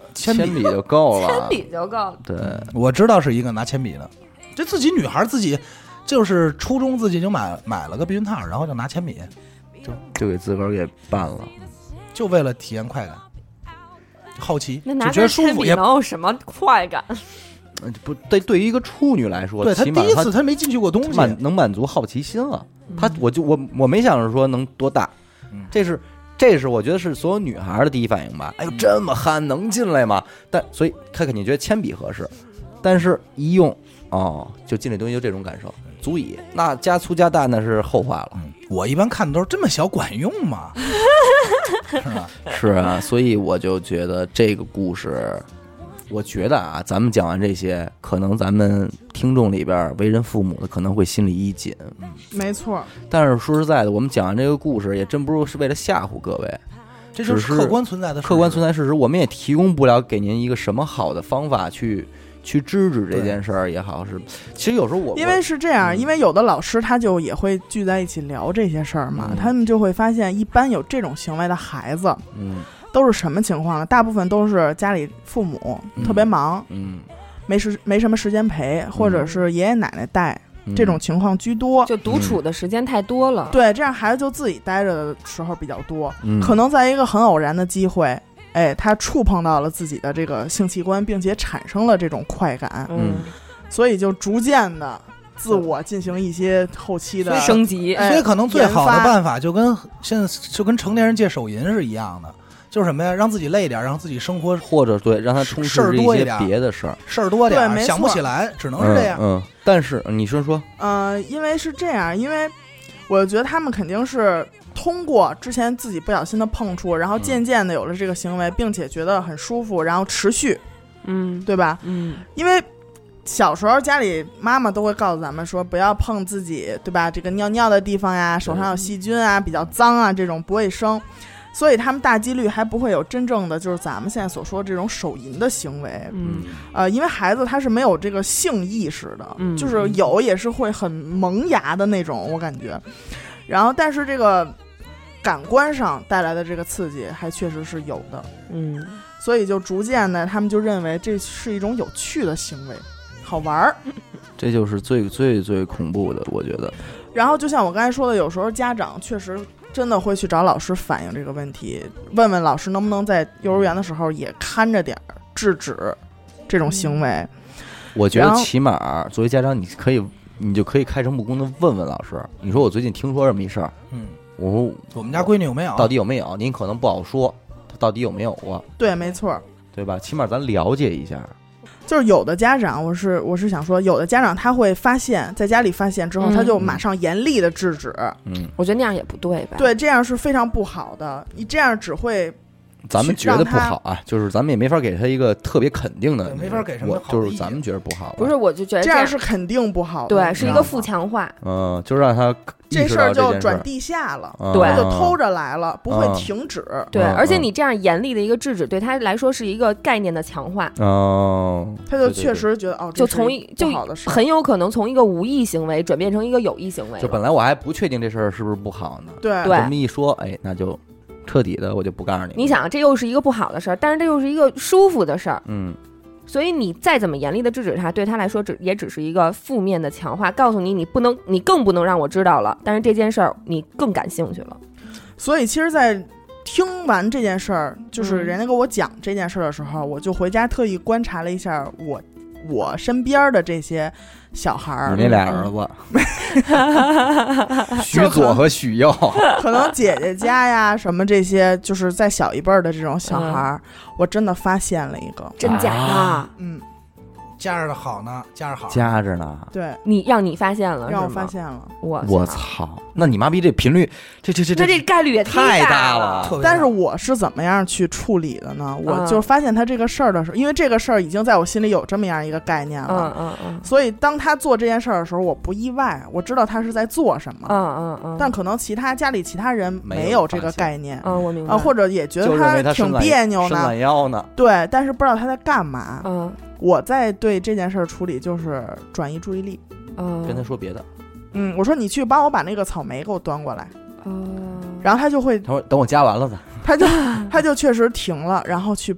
铅笔就够了， 铅笔就够了。 对， 我知道是一个拿铅笔的，这自己女孩自己就是初中自己就买了个避孕套，然后就拿铅笔， 就给自个儿给办了， 就为了体验快感，好奇， 那拿就觉得舒服，也能有什么快感？ 不对于一个处女来说， 对她第一次她没进去过东西， 能满足好奇心了。我没想着说能多大，这是我觉得是所有女孩的第一反应吧。哎呦，这么憨能进来吗？所以她肯定觉得铅笔合适，但是一用就进这东西就这种感受，足以。那加粗加大那是后话了。 我一般看的都是这么小管用吗？是吧？ 是啊，所以我就觉得这个故事。我觉得啊，咱们讲完这些，可能咱们听众里边为人父母的可能会心里一紧， 没错。 但是说实在的，我们讲完这个故事，也真不是为了吓唬各位， 这就是客观存在的事实。我们也提供不了给您一个什么好的方法去制止这件事儿也好，其实有时候因为是这样，因为有的老师他就也会聚在一起聊这些事儿嘛，他们就会发现，一般有这种行为的孩子，都是什么情况呢？大部分都是家里父母特别忙，没什么时间陪，或者是爷爷奶奶带，这种情况居多， 就独处的时间太多了。 对，这样孩子就自己待着的时候比较多，可能在一个很偶然的机会，他触碰到了自己的这个性器官，并且产生了这种快感，所以就逐渐的自我进行一些后期的升级。 所以可能最好的办法就跟现在就跟成年人戒手淫是一样的。就是什么呀？让自己累点，让自己生活或者让他充实一些别的事儿多点，想不起来，只能是这样。 但是你说， 因为是这样，因为我觉得他们肯定是通过之前自己不小心的碰触，然后渐渐的有了这个行为，并且觉得很舒服，然后持续，对吧？因为小时候家里妈妈都会告诉咱们说，不要碰自己，对吧？这个尿尿的地方呀，手上有细菌啊，比较脏啊，这种不卫生。所以他们大几率还不会有真正的就是咱们现在所说的这种手淫的行为，因为孩子他是没有这个性意识的，就是有也是会很萌芽的那种，我感觉。然后，但是这个感官上带来的这个刺激还确实是有的，所以就逐渐的他们就认为这是一种有趣的行为，好玩儿。 这就是最最最恐怖的，我觉得。 然后就像我刚才说的，有时候家长确实真的会去找老师反映这个问题，问问老师能不能在幼儿园的时候也看着点制止这种行为。 我觉得起码作为家长，你就可以开诚布公的问问老师，你说我最近听说这么一事儿， 我们家闺女有没有？ 到底有没有？您可能不好说，他到底有没有啊？ 对，没错， 对吧？起码咱了解一下。 就是有的家长，我是想说，有的家长他会发现，在家里发现之后，他就马上严厉的制止。 我觉得那样也不对吧？ 对，这样是非常不好的。你这样只会， 咱们觉得不好啊，就是咱们也没法给他一个特别肯定的， 没法给什么好的意见， 就是咱们觉得不好。 不是，我就觉得这样是肯定不好的， 对，是一个负强化。 就让他这事儿就转地下了， 对， 就偷着来了，不会停止。 对，而且你这样严厉的一个制止，对他来说是一个概念的强化。 他就确实觉得就从很有可能从一个无意行为转变成一个有意行为。 就本来我还不确定这事儿是不是不好呢， 对， 这么一说，那就彻底的我就不告诉你。 你想，这又是一个不好的事儿，但是这又是一个舒服的事儿。所以你再怎么严厉的制止他，对他来说也只是一个负面的强化，告诉你你更不能让我知道了，但是这件事儿你更感兴趣了。 所以其实在听完这件事儿，就是人家跟我讲这件事儿的时候，我就回家特意观察了一下我身边的这些小孩儿， 你那俩儿子许左和许右， 可能姐姐家呀什么这些，就是再小一辈的这种小孩儿，我真的发现了一个。 真假的？ 夹着好呢，夹着好， 夹着呢。 对， 让你发现了， 让我发现了。 我操！那你妈逼这频率，那这概率也太大了。 但是我是怎么样去处理的呢？我就发现他这个事儿的时候，因为这个事儿已经在我心里有这么样一个概念了。所以当他做这件事儿的时候，我不意外，我知道他是在做什么。但可能家里其他人没有这个概念。 我明白。 或者也觉得他挺别扭伸懒腰呢。 对，但是不知道他在干嘛。我在对这件事儿处理就是转移注意力， 跟他说别的。 我说你去帮我把那个草莓给我端过来。然后他就会， 他说等我加完了再。 他就确实停了，然后去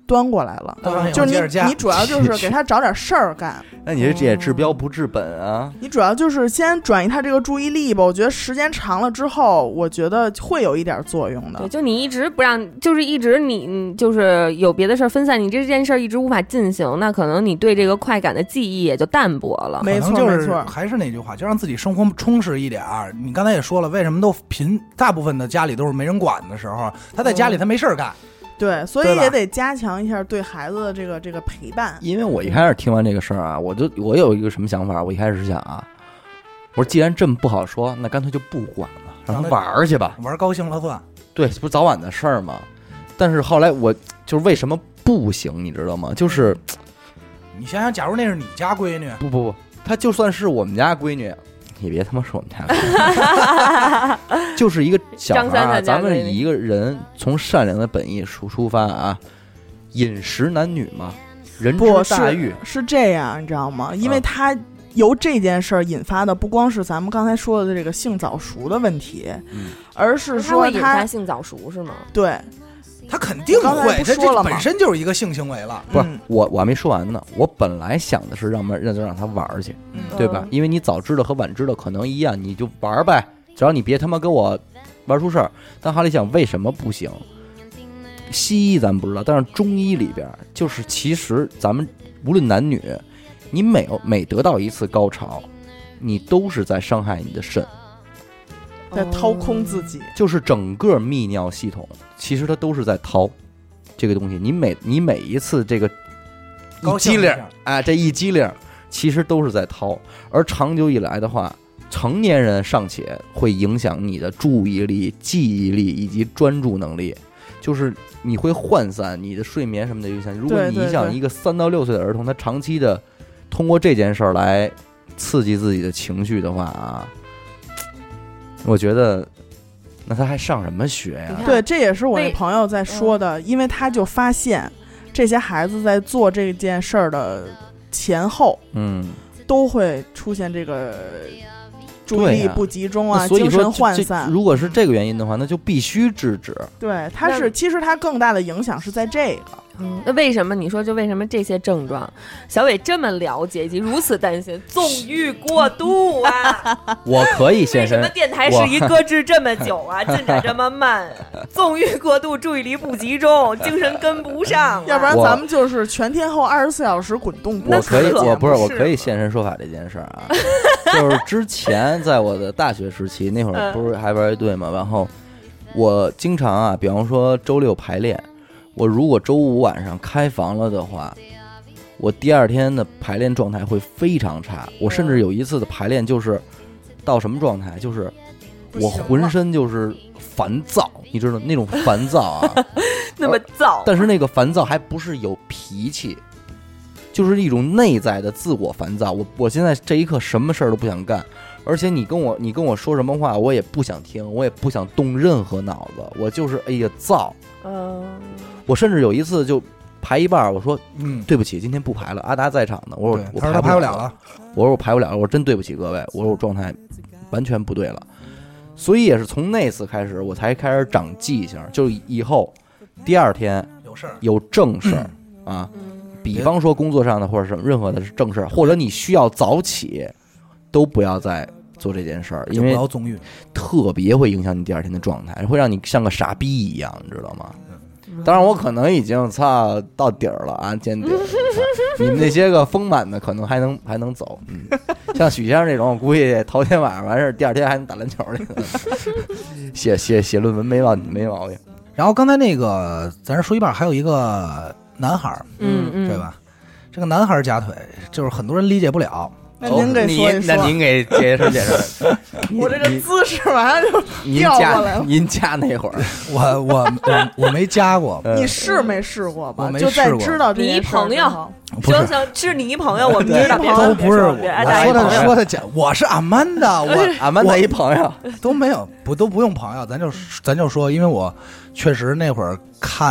端过来了，就是你主要就是给他找点事儿干。 那你这也治标不治本啊！ 你主要就是先转移他这个注意力吧。我觉得时间长了之后，我觉得会有一点作用的。 对，就你一直不让，就是一直你就是有别的事儿分散，你这件事儿一直无法进行，那可能你对这个快感的记忆也就淡薄了。 没错， 没错，还是那句话，就让自己生活充实一点。你刚才也说了，为什么大部分的家里都是没人管的时候，他在家里他没事儿干。 对，所以也得加强一下对孩子的这个陪伴。 因为我一开始听完这个事儿啊，我有一个什么想法，我一开始是想啊，我说既然这么不好说，那干脆就不管了，让他玩去吧， 玩高兴了算。 对，不是早晚的事儿吗？但是后来我就是为什么不行，你知道吗？就是你想想，假如那是你家闺女， 不，她就算是我们家闺女。你别他妈说我们家就是一个小孩啊，咱们以一个人从善良的本意出发啊，饮食男女嘛，人之大欲是这样，你知道吗？因为他由这件事儿引发的不光是咱们刚才说的这个性早熟的问题，而是说他会引发性早熟是吗？ 对。 他肯定会，这本身就是一个性行为了。 不是我还没说完呢。我本来想的是让他玩去，对吧？因为你早知道和晚知道可能一样，你就玩呗，只要你别他妈跟我玩出事儿。但后来想，为什么不行？西医咱们不知道，但是中医里边就是其实咱们无论男女，你每得到一次高潮，你都是在伤害你的肾。 在掏空自己， 就是整个泌尿系统，其实它都是在掏这个东西。你每一次这个一激灵啊，这一激灵，其实都是在掏。而长久以来的话，成年人尚且会影响你的注意力、记忆力以及专注能力，就是你会涣散你的睡眠什么的影响。如果你想一个3到6岁的儿童，他长期的通过这件事儿来刺激自己的情绪的话啊。我觉得，那他还上什么学呀？ 对，这也是我那朋友在说的，因为他就发现这些孩子在做这件事儿的前后，都会出现这个注意力不集中啊，精神涣散。 如果是这个原因的话，那就必须制止。 对，其实它更大的影响是在这个。 那为什么你说就为什么这些症状，小伟这么了解以及如此担心？纵欲过度啊！ 我可以现身。 为什么电台事宜搁置这么久啊？进展这么慢？纵欲过度，注意力不集中，精神跟不上。 要不然咱们就是全天候24小时滚动播。 我可以现身说法这件事啊，就是之前在我的大学时期那会儿，不是还玩乐队嘛，然后我经常啊，比方说周6排练。我如果周5晚上开房了的话，我第二天的排练状态会非常差。我甚至有一次的排练就是到什么状态，就是我浑身就是烦躁，你知道那种烦躁啊， 那么躁。 但是那个烦躁还不是有脾气，就是一种内在的自我烦躁。我现在这一刻什么事儿都不想干，而且你跟我说什么话，我也不想听，我也不想动任何脑子，我就是哎呀躁。我甚至有一次就排一半，我说对不起，今天不排了。阿达在场呢，我说我排不了了，我说我排不了了，我说真对不起各位，我说我状态完全不对了。所以也是从那次开始，我才开始长记性，就以后第二天有正事儿啊，比方说工作上的或者什么任何的正事儿，或者你需要早起，都不要再做这件事儿，因为特别会影响你第二天的状态，会让你像个傻逼一样，你知道吗？当然我可能已经到底儿了啊，见底儿。你们那些个丰满的可能还能走，像许先生这种，我估计头天晚上完事儿，第二天还能打篮球去，写论文没毛病。 然后刚才那个咱这说一半，还有一个男孩儿，对吧？这个男孩儿夹腿，就是很多人理解不了。 那您给说一说， 那您给解释。 我这个姿势马上就掉过来了。 您夹那会儿， 我没夹过。 你是没试过吧？ 我没试过。 就在知道这你朋友，行，是你朋友，我们知道。 都不是我说的假，我是阿曼达， 阿曼达一朋友都没有，都不用朋友，咱就说，因为我确实那会儿看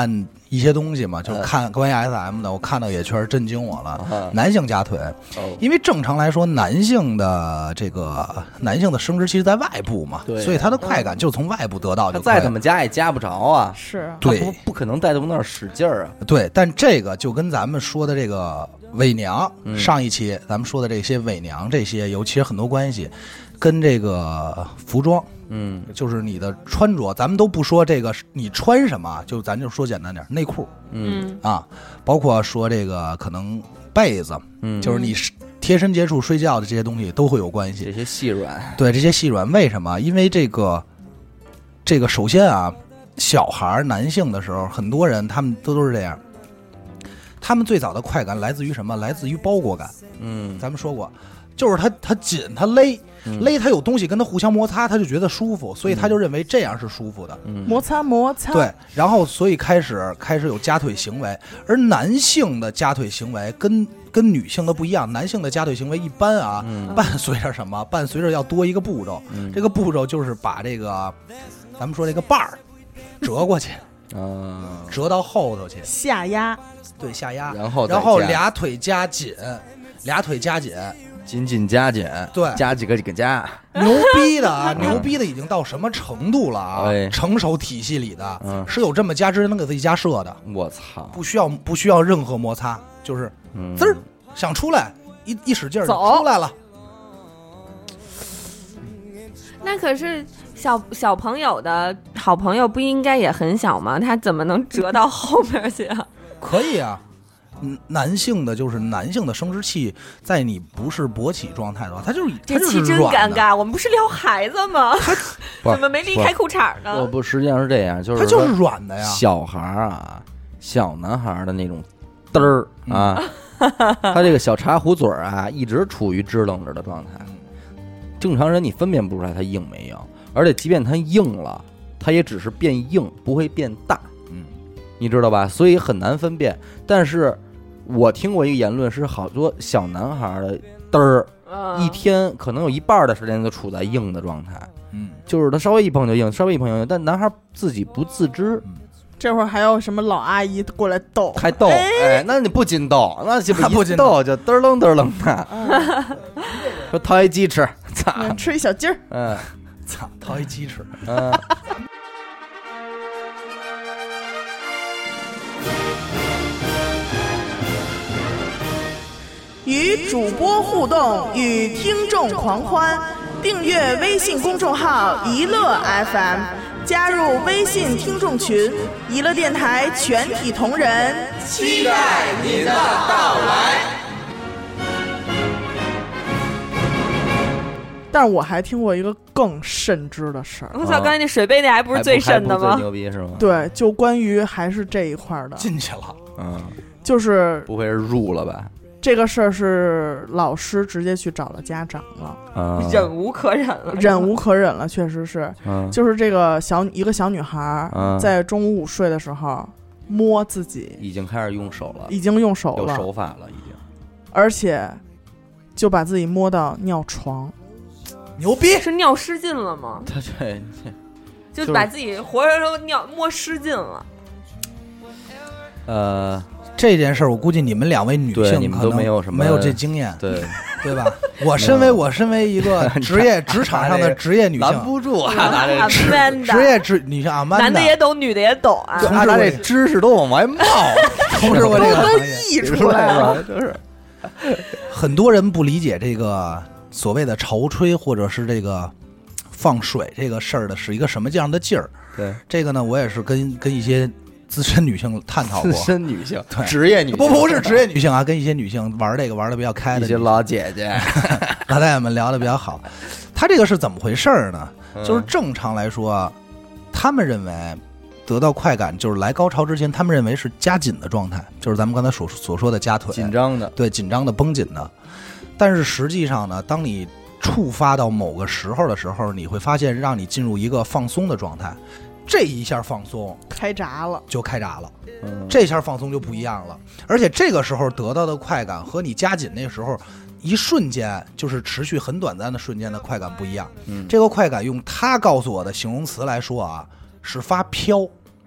一些东西嘛，就看关于 SM 的，我看到也确实震惊我了。男性夹腿，因为正常来说，男性的生殖器在外部嘛，所以他的快感就从外部得到就可以。 他再怎么夹也夹不着啊， 是对， 不可能带动那儿使劲儿啊。 对，但这个就跟咱们说的这个伪娘，上一期咱们说的这些伪娘这些有其实很多关系，跟这个服装。就是你的穿着，咱们都不说这个你穿什么，咱就说简单点，内裤，包括说这个可能被子，就是你贴身接触睡觉的这些东西都会有关系。 这些细软， 对，这些细软，为什么？因为这个首先啊，小孩男性的时候，很多人他们都是这样，他们最早的快感来自于什么？来自于包裹感。咱们说过，就是他紧，他勒，他有东西跟他互相摩擦，他就觉得舒服，所以他就认为这样是舒服的。 摩擦。 对，然后所以开始有夹腿行为，而男性的夹腿行为跟女性的不一样，男性的夹腿行为一般啊，伴随着什么？伴随着要多一个步骤，这个步骤就是把这个咱们说这个把儿折过去，折到后头去， 下压， 对，下压， 然后俩腿夹紧， 紧加紧， 对， 加几个加， 牛逼的啊，牛逼的已经到什么程度了啊？成熟体系里的，是有这么加之人能给自己加设的。 我操， 不需要任何摩擦，就是滋儿想出来，一使劲儿出来了。 那可是小朋友的好朋友不应该也很小吗？他怎么能折到后面去啊？ 可以啊。男性的生殖器，在你不是勃起状态的话，它就是这期真尴尬。我们不是聊孩子吗？怎么没离开裤衩呢？ 不，实际上是这样，就是它就是软的呀。 小孩啊，小男孩的那种嘚儿啊，他这个小茶壶嘴啊，一直处于支棱着的状态。正常人你分辨不出来他硬没硬，而且即便他硬了，他也只是变硬，不会变大。你知道吧？所以很难分辨。但是我听过一个言论，是好多小男孩的嘚儿，一天可能有一半的时间都处在硬的状态。就是他稍微一碰就硬，稍微一碰就硬，但男孩自己不自知。 这会儿还有什么老阿姨过来逗， 还逗，那你不仅逗，那不仅逗就嘚楞嘚楞的。说掏一鸡吃，操， 吃一小鸡儿， 操，掏一鸡吃， 与主播互动，与听众狂欢。订阅微信公众号“一乐 FM”， 加入微信听众群，一乐电台全体同仁期待您的到来。但是我还听过一个更甚之的事儿。 我操，刚才那水杯那还不是最甚的吗？ 最牛逼是吗？ 对，就关于还是这一块的。 进去了， 就是不会是入了吧？ 这个事儿是老师直接去找了家长了， 忍无可忍了，确实是，就是这个一个小女孩在中午午睡的时候摸自己， 已经开始用手了， 已经用手了， 有手法了，已经， 而且就把自己摸到尿床， 牛逼！ 是尿失禁了吗？ 对， 就把自己活生生尿摸失禁了。 这件事儿，我估计你们两位女性你们都没有什么没有这经验， 对吧？我身为一个职场上的职业女性， 拦不住啊！ 职业女性阿曼达， 男的也懂，女的也懂啊！ 从他这知识都往外冒， 从事过这个行业， 都溢出来了， 就是很多人不理解这个所谓的潮吹或者是这个放水这个事儿的是一个什么样的劲儿。 对， 这个呢，我也是跟一些资深女性探讨过， 资深女性， 对， 职业女性， 不是职业女性啊，跟一些女性玩这个玩的比较开的一些老姐姐、 老大爷们聊的比较好。他这个是怎么回事呢？就是正常来说，他们认为得到快感就是来高潮之前，他们认为是夹紧的状态，就是咱们刚才所说的夹腿， 紧张的， 对，紧张的绷紧的。但是实际上呢，当你触发到某个时候的时候，你会发现让你进入一个放松的状态。这一下放松， 开闸了， 这下放松就不一样了。而且这个时候得到的快感和你夹紧那个时候一瞬间，就是持续很短暂的瞬间的快感不一样。这个快感用他告诉我的形容词来说啊，是发飘。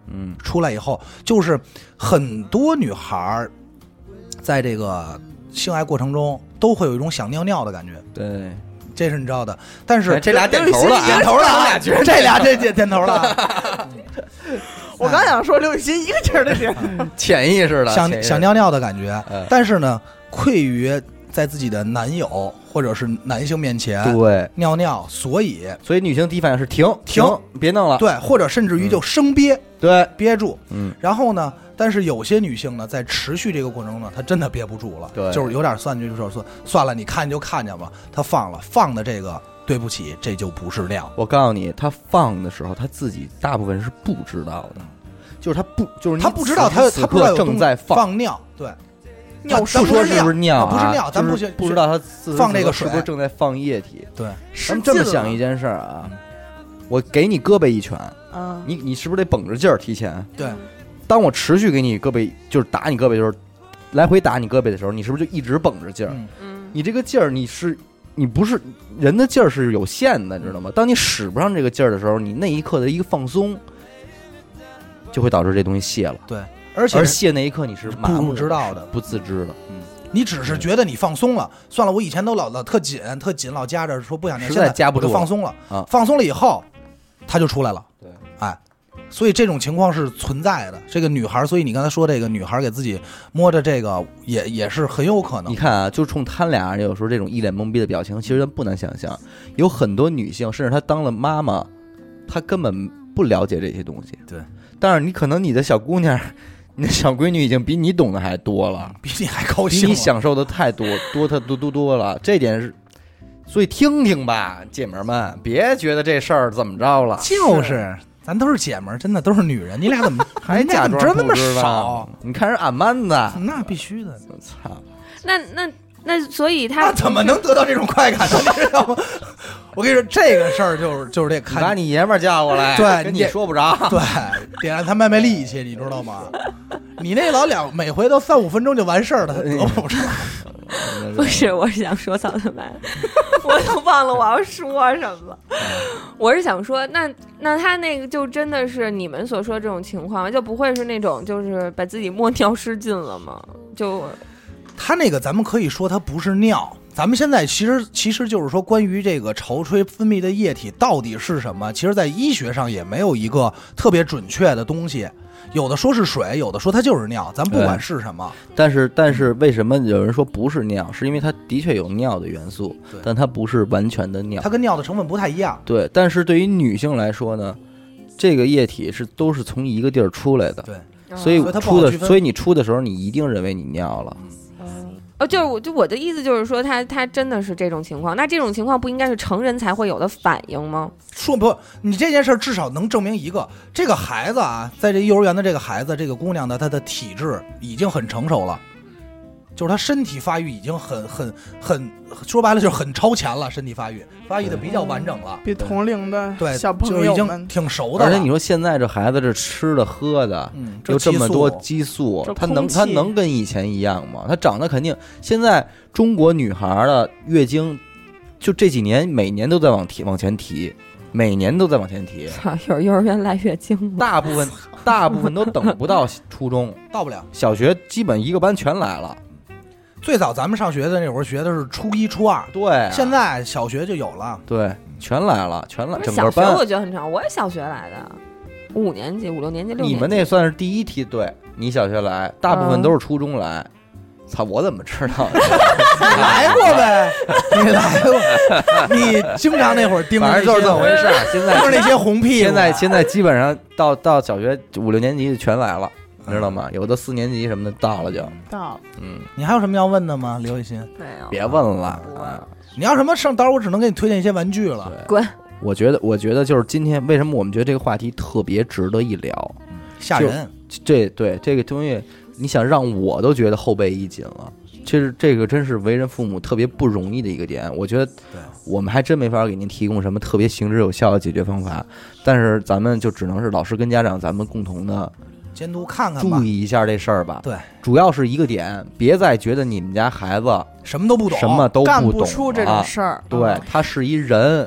出来以后就是很多女孩在这个性爱过程中都会有一种想尿尿的感觉， 对， 这是你知道的。但是这俩点头了， 点头了，这俩点头了。 我刚想说刘雨欣一个劲儿的点， 潜意识的想尿尿的感觉，但是呢，愧于在自己的男友或者是男性面前对尿尿，所以女性第一反应是停，别弄了， 对，或者甚至于就生憋， 对， 憋住，然后呢，但是有些女性呢，在持续这个过程中呢，她真的憋不住了， 对， 就是有点算了，你看就看见吧，她放的这个，对不起，这就不是尿。 我告诉你，她放的时候，她自己大部分是不知道的，就是她不知道她不知道正在放尿，对。 尿不说是不是尿不是尿，咱不知道他放这个水是不是正在放液体。 对， 咱们这么想一件事啊，我给你胳膊一拳，你是不是得绷着劲儿提前？ 对， 当我持续给你胳膊，就是打你胳膊的时候，来回打你胳膊的时候，你是不是就一直绷着劲儿？你这个劲儿，你不是人的劲儿是有限的，你知道吗？当你使不上这个劲儿的时候，你那一刻的一个放松，就会导致这东西泄了。 对。而泄那一刻你是不知道的， 不自知的， 你只是觉得你放松了，算了，我以前都老特紧，老夹着说不想， 实在夹不住， 放松了啊，放松了以后，它就出来了，对，哎，所以这种情况是存在的。这个女孩，所以你刚才说这个女孩给自己摸着这个，也是很有可能。 你看啊，就冲他俩有时候这种一脸懵逼的表情，其实咱不难想象，有很多女性，甚至她当了妈妈，她根本不了解这些东西， 对。 但是你可能你的小姑娘。你的小闺女已经比你懂得还多了， 比你还高兴， 比你享受的太多了。这点是，所以听听吧，姐妹们，别觉得这事儿怎么着了。 就是咱都是姐们儿，真的都是女人，你俩怎么还假装知道那么少？ 你看人俺man的， 那必须的。 我操！ 那所以他怎么能得到这种快感呢？你知道吗？我跟你说，这个事儿就是这看， 把你爷们儿叫过来， 对， 跟你说不着， 对，得让他卖力气，你知道吗？你那老每回都3-5分钟就完事儿了，他得不着。 不是，我是想说嫂子们，我都忘了我要说什么了。我是想说，那他那个就真的是你们所说这种情况，就不会是那种就是把自己摸尿失禁了吗？就。 他那个咱们可以说它不是尿，咱们现在其实就是说关于这个潮吹分泌的液体到底是什么，其实在医学上也没有一个特别准确的东西，有的说是水，有的说它就是尿，咱不管是什么。 但是为什么有人说不是尿，是因为它的确有尿的元素，但它不是完全的尿， 它跟尿的成分不太一样。 对，但是对于女性来说呢，这个液体都是从一个地儿出来的， 对， 所以你出的时候，你一定认为你尿了。 就是我的意思就是说，他真的是这种情况，那这种情况不应该是成人才会有的反应吗？ 说不，你这件事至少能证明一个，这个孩子啊，在这幼儿园的这个孩子，这个姑娘的她的体质已经很成熟了，就是她身体发育已经很说白了就是很超前了，身体发育的比较完整了， 比同龄的对小朋友们就已经挺熟的了。 而且你说现在这孩子这吃的喝的，有这么多激素，他能跟以前一样吗？他长得肯定，现在中国女孩的月经，就这几年每年都在往前提，每年都在往前提。 有幼儿园来月经吗？ 大部分都等不到初中， 到不了小学，基本一个班全来了。 最早咱们上学的那会儿学的是初1、初2， 对， 现在小学就有了， 对，全来了，整个班。 小学我觉得很长，我也小学来的，5年级、5、6年级、6年级。 你们那算是第一梯队，你小学来，大部分都是初中来。操，我怎么知道？ 你来过呗，你来过，你经常那会儿盯着， 反正就是这么回事。现在就是那些红屁股。 现在基本上到小学5、6年级全来了。知道吗？有的4年级什么的到了就到了。 你还有什么要问的吗，刘雨欣？ 没有， 别问了。 你要什么到时候我只能给你推荐一些玩具了。 滚！ 我觉得就是今天为什么我们觉得这个话题特别值得一聊， 吓人。 对这个东西，你想让我都觉得后背一紧了。其实这个真是为人父母特别不容易的一个点。我觉得我们还真没法给您提供什么特别行之有效的解决方法，但是咱们就只能是老师跟家长咱们共同的。 监督看看吧， 注意一下这事儿吧。 对， 主要是一个点，别再觉得你们家孩子什么都不懂， 干不出这种事儿。 对，他是一人，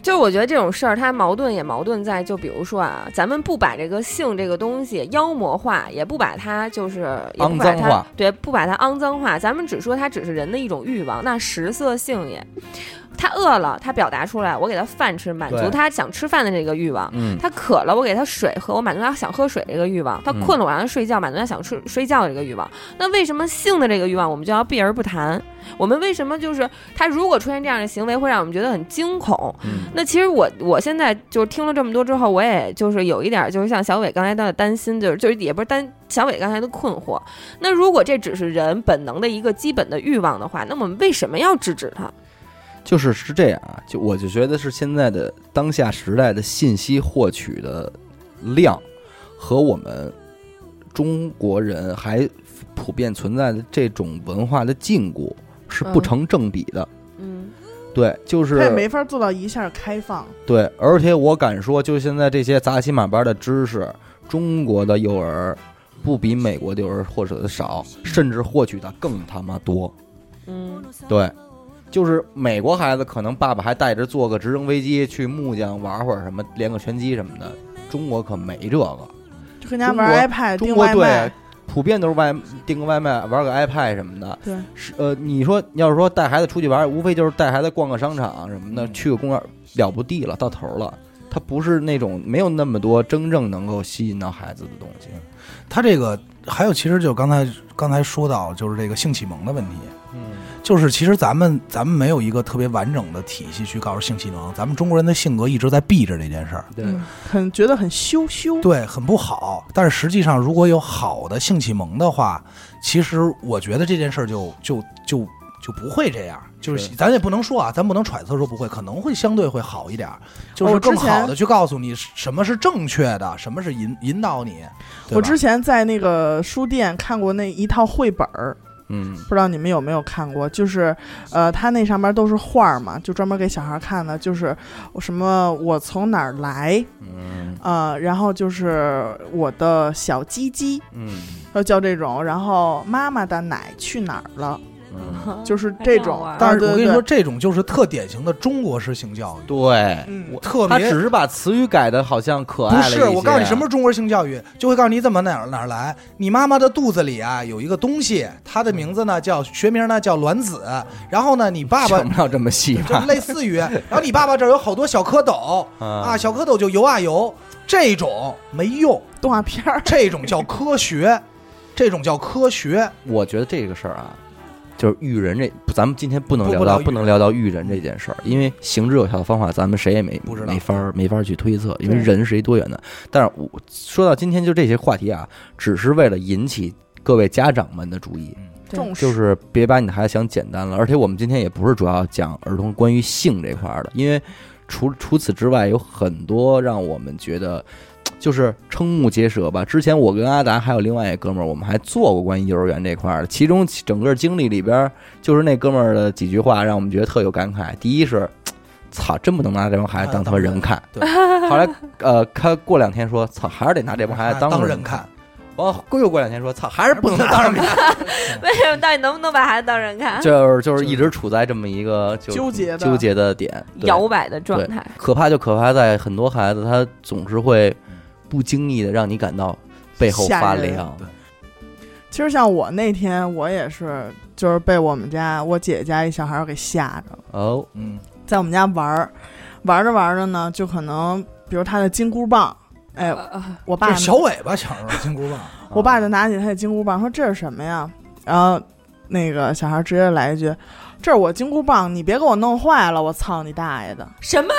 就是我觉得这种事儿，它矛盾也矛盾在，就比如说啊，咱们不把这个性这个东西妖魔化，也不把它就是肮脏化， 对，不把它肮脏化，咱们只说它只是人的一种欲望。那食色性也，他饿了，他表达出来，我给他饭吃，满足他想吃饭的这个欲望；他渴了，我给他水喝，我满足他想喝水这个欲望；他困了，我让他睡觉，满足他想睡觉的这个欲望。那为什么性的这个欲望我们就要避而不谈？我们为什么就是他如果出现这样的行为，会让我们觉得很惊恐？那其实我现在就是听了这么多之后，我也就是有一点就是像小伟刚才的担心，就是也不是小伟刚才的困惑。那如果这只是人本能的一个基本的欲望的话，那我们为什么要制止它？ 是这样啊，我就觉得是现在的当下时代的信息获取的量和我们中国人还普遍存在的这种文化的禁锢是不成正比的。对，就是他也没法做到一下开放。 对，而且我敢说，就现在这些杂七马八的知识，中国的幼儿不比美国的幼儿获取的少，甚至获取的更他妈多。对。就是美国孩子可能爸爸还带着坐个直升飞机去木匠玩会儿什么，练个拳击什么的，中国可没这个， 就跟家玩 iPad 订外卖，对，普遍都是订个外卖，玩个 iPad 什么的。 对， 你说要是说带孩子出去玩，无非就是带孩子逛个商场什么的，去个公园，了不地了，到头了。他不是那种没有那么多真正能够吸引到孩子的东西。 他这个还有，其实就刚才说到，就是这个性启蒙的问题。就是其实咱们没有一个特别完整的体系去告诉性启蒙，咱们中国人的性格一直在避着这件事儿， 对，觉得很羞， 对，很不好。但是实际上，如果有好的性启蒙的话，其实我觉得这件事儿就不会这样。就是咱也不能说啊，咱不能揣测说不会，可能会相对会好一点，就是更好的去告诉你什么是正确的，什么是引导你。 我之前在那个书店看过那一套绘本儿。不知道你们有没有看过，就是他那上面都是画嘛，就专门给小孩看的，就是什么我从哪儿来，然后就是我的小鸡鸡，叫这种，然后妈妈的奶去哪儿了，就是这种。 但是我跟你说，这种就是特典型的中国式性教育。 对， 特别， 他只是把词语改的好像可爱了一些。 不是，我告诉你什么是中国式性教育，就会告诉你怎么哪儿来。你妈妈的肚子里啊有一个东西，它的名字呢学名呢叫卵子。然后呢，你爸爸想不了这么细， 就类似于，然后你爸爸这儿有好多小蝌蚪啊，小蝌蚪就游啊游，这种没用， 动画片儿， 这种叫科学，这种叫科学。 我觉得这个事儿啊。就是育人咱们今天不能聊到育人这件事儿，因为行之有效的方法，咱们谁也没法去推测，因为人是一多元的。但是我说到今天，就这些话题啊，只是为了引起各位家长们的注意，就是别把你的孩子想简单了。而且我们今天也不是主要讲儿童关于性这块的，因为除此之外，有很多让我们觉得。就是瞠目结舌吧。之前我跟阿达还有另外一个哥们儿，我们还做过关于幼儿园这块的。其中整个经历里边，就是那哥们儿的几句话让我们觉得特有感慨。第一是，操，真不能拿这帮孩子当他们人看。 对。 后来他过2天说，操，还是得拿这帮孩子当人看。又过2天说，操，还是不能当人看。 为什么？到底能不能把孩子当人看？ 就是一直处在这么一个纠结的点， 摇摆的状态。 可怕就可怕在很多孩子他总是会。不经意的让你感到背后发凉。 其实像我那天，我也是，就是被我姐姐家一小孩给吓着。在我们家玩着呢，就可能比如他的金箍棒，哎，我爸小尾巴小时候金箍棒， 我爸就拿起他的金箍棒说这是什么呀？然后那个小孩直接来一句。这是我金箍棒，你别给我弄坏了！我操你大爷的！ 什么？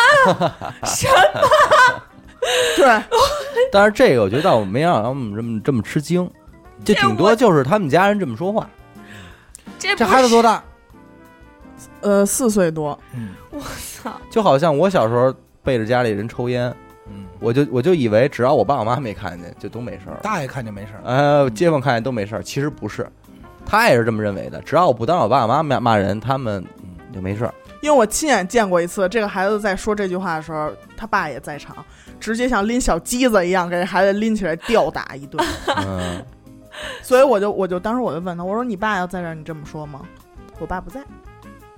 对， 但是这个我觉得我没让他们这么吃惊，这顶多就是他们家人这么说话。 这孩子多大 ？4岁多。 我操！ 就好像我小时候背着家里人抽烟，我就以为只要我爸我妈没看见，就都没事儿。 大爷看见没事儿， 街坊看见都没事儿。其实不是，他也是这么认为的。只要我不当我爸我妈骂人，他们就没事儿。 因为我亲眼见过一次，这个孩子在说这句话的时候，他爸也在场，直接像拎小鸡子一样给孩子拎起来吊打一顿。所以我就当时我就问他，我说你爸要在这儿，你这么说吗？我爸不在。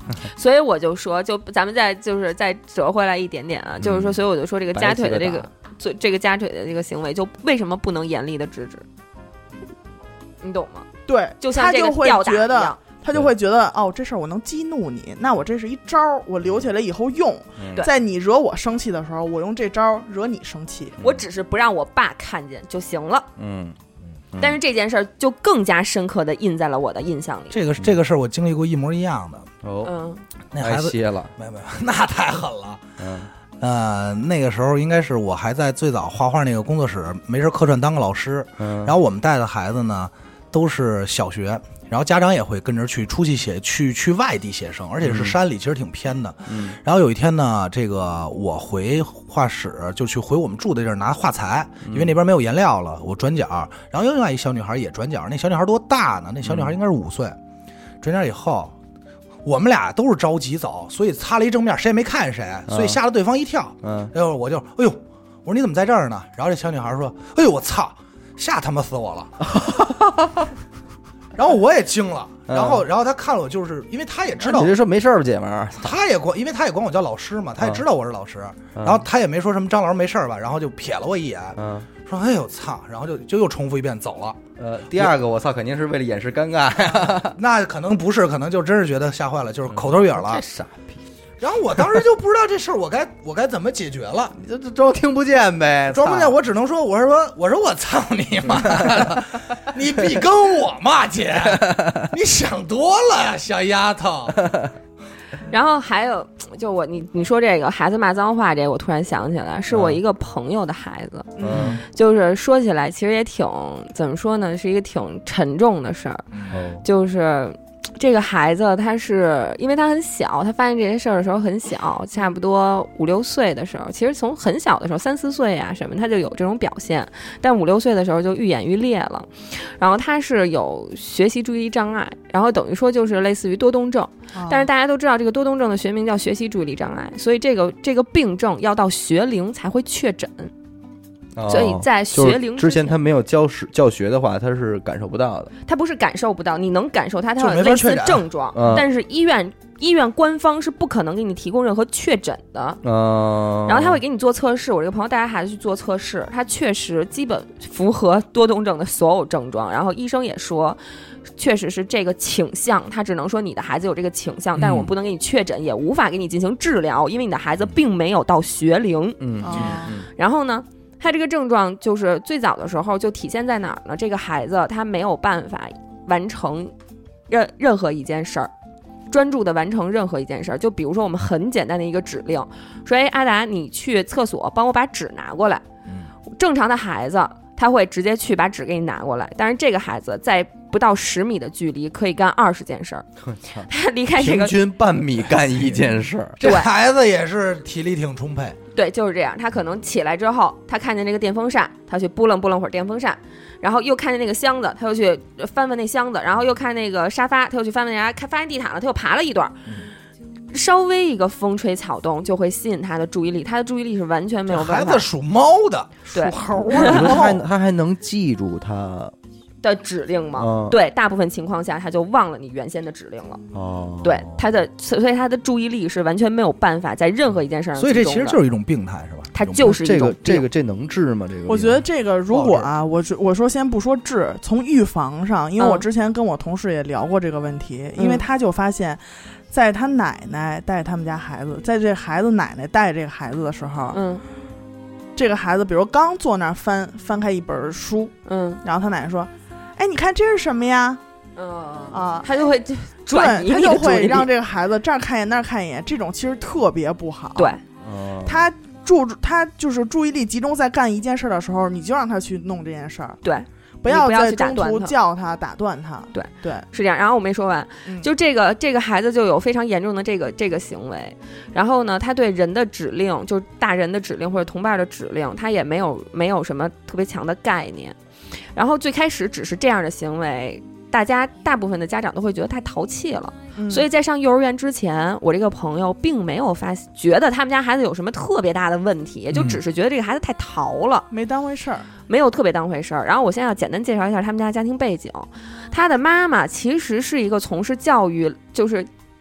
所以我就说，咱们再折回来一点点啊，就是说，所以我就说这个夹腿的这个夹腿的这个行为，就为什么不能严厉的制止？你懂吗？ 对， 就像这个吊打一样。 他就会觉得哦，这事儿我能激怒你，那我这是一招，我留起来以后用，在你惹我生气的时候，我用这招惹你生气。 我只是不让我爸看见就行了。但是这件事儿就更加深刻的印在了我的印象里。 这个事儿我经历过一模一样的。那孩子歇了， 没有，那太狠了。那个时候应该是我还在最早画画那个工作室，没事客串当个老师。然后我们带的孩子呢都是小学。然后家长也会跟着出去去外地写生，而且是山里，其实挺偏的。然后有一天呢，这个我回画室就去回我们住的地儿拿画材，因为那边没有颜料了，我转角。然后另外一小女孩也转角，那小女孩多大呢？那小女孩应该是5岁。转角以后，我们俩都是着急走，所以擦了一正面，谁也没看谁，所以吓了对方一跳。然后我就哎呦，我说你怎么在这儿呢？然后这小女孩说：“哎呦我操，吓他妈死我了。”然后我也惊了，然后他看了我，就是因为他也知道， 你就说没事吧，姐们儿。 因为他也管我叫老师嘛，他也知道我是老师，然后他也没说什么张老师没事吧，然后就瞥了我一眼，说哎呦操，然后就又重复一遍走了。 第二个我操，肯定是为了掩饰尴尬呀。 那可能不是，可能就真是觉得吓坏了，就是口头语了。 这傻逼。 然后我当时就不知道这事儿我该怎么解决了， 你就装听不见呗， 装不见，我只能说我说我操你妈，你比跟我骂姐，你想多了呀，小丫头。 然后还有就你说这个孩子骂脏话这，我突然想起来，是我一个朋友的孩子，就是说起来其实也挺怎么说呢，是一个挺沉重的事儿，就是。这个孩子他是因为他很小，他发现这些事儿的时候很小，差不多5、6岁的时候，其实从很小的时候3、4岁啊什么他就有这种表现，但5、6岁的时候就愈演愈烈了。然后他是有学习注意力障碍，然后等于说就是类似于多动症，但是大家都知道这个多动症的学名叫学习注意力障碍，所以这个病症要到学龄才会确诊。所以在学龄之前他没有教学的话，他是感受不到的。 他不是感受不到，你能感受他有类似症状，但是医院官方是不可能给你提供任何确诊的。然后他会给你做测试，我这个朋友带着孩子去做测试，他确实基本符合多动症的所有症状，然后医生也说确实是这个倾向，他只能说你的孩子有这个倾向，但是我不能给你确诊，也无法给你进行治疗，因为你的孩子并没有到学龄。然后呢他这个症状就是最早的时候就体现在哪儿呢？这个孩子他没有办法完成任何一件事儿，专注的完成任何一件事儿。就比如说我们很简单的一个指令，说哎阿达你去厕所帮我把纸拿过来。正常的孩子他会直接去把纸给你拿过来，但是这个孩子在不到10米的距离可以干20件事儿。他离开这个平均半米干1件事儿。 这孩子也是体力挺充沛。 对，就是这样。他可能起来之后，他看见这个电风扇，他去拨楞会儿电风扇，然后又看见那个箱子，他又去翻那箱子，然后又看那个沙发，他又去翻那发现地毯了，他又爬了一段。稍微一个风吹草动就会吸引他的注意力，他的注意力是完全没有办法。 孩子属猫的， 属猴的，他还能记住他的指令吗？对，大部分情况下他就忘了你原先的指令了。对，所以他的注意力是完全没有办法在任何一件事上。 所以这其实就是一种病态，是吧？ 它就是一种病。 这能治吗？这个我觉得这个如果啊，我说先不说治，从预防上，因为我之前跟我同事也聊过这个问题，因为他就发现。在他奶奶带他们家孩子，在这孩子奶奶带这个孩子的时候，这个孩子比如刚坐那儿翻开一本书，然后他奶奶说：“哎，你看这是什么呀？” 他就会转移， 他就会让这个孩子这儿看一眼那儿看一眼，这种其实特别不好。 对， 他就是注意力集中在干一件事的时候，你就让他去弄这件事儿。 对。 不要在中途叫他打断他。对， 是这样。然后我没说完，就这个孩子就有非常严重的这个行为。然后呢，他对人的指令，就是大人的指令或者同伴的指令，他也没有什么特别强的概念。然后最开始只是这样的行为，大部分的家长都会觉得太淘气了。所以在上幼儿园之前，我这个朋友并没有觉得他们家孩子有什么特别大的问题，就只是觉得这个孩子太淘了， 没当回事儿， 没有特别当回事儿。然后我现在要简单介绍一下他们家庭背景。他的妈妈其实是一个从事教育，就是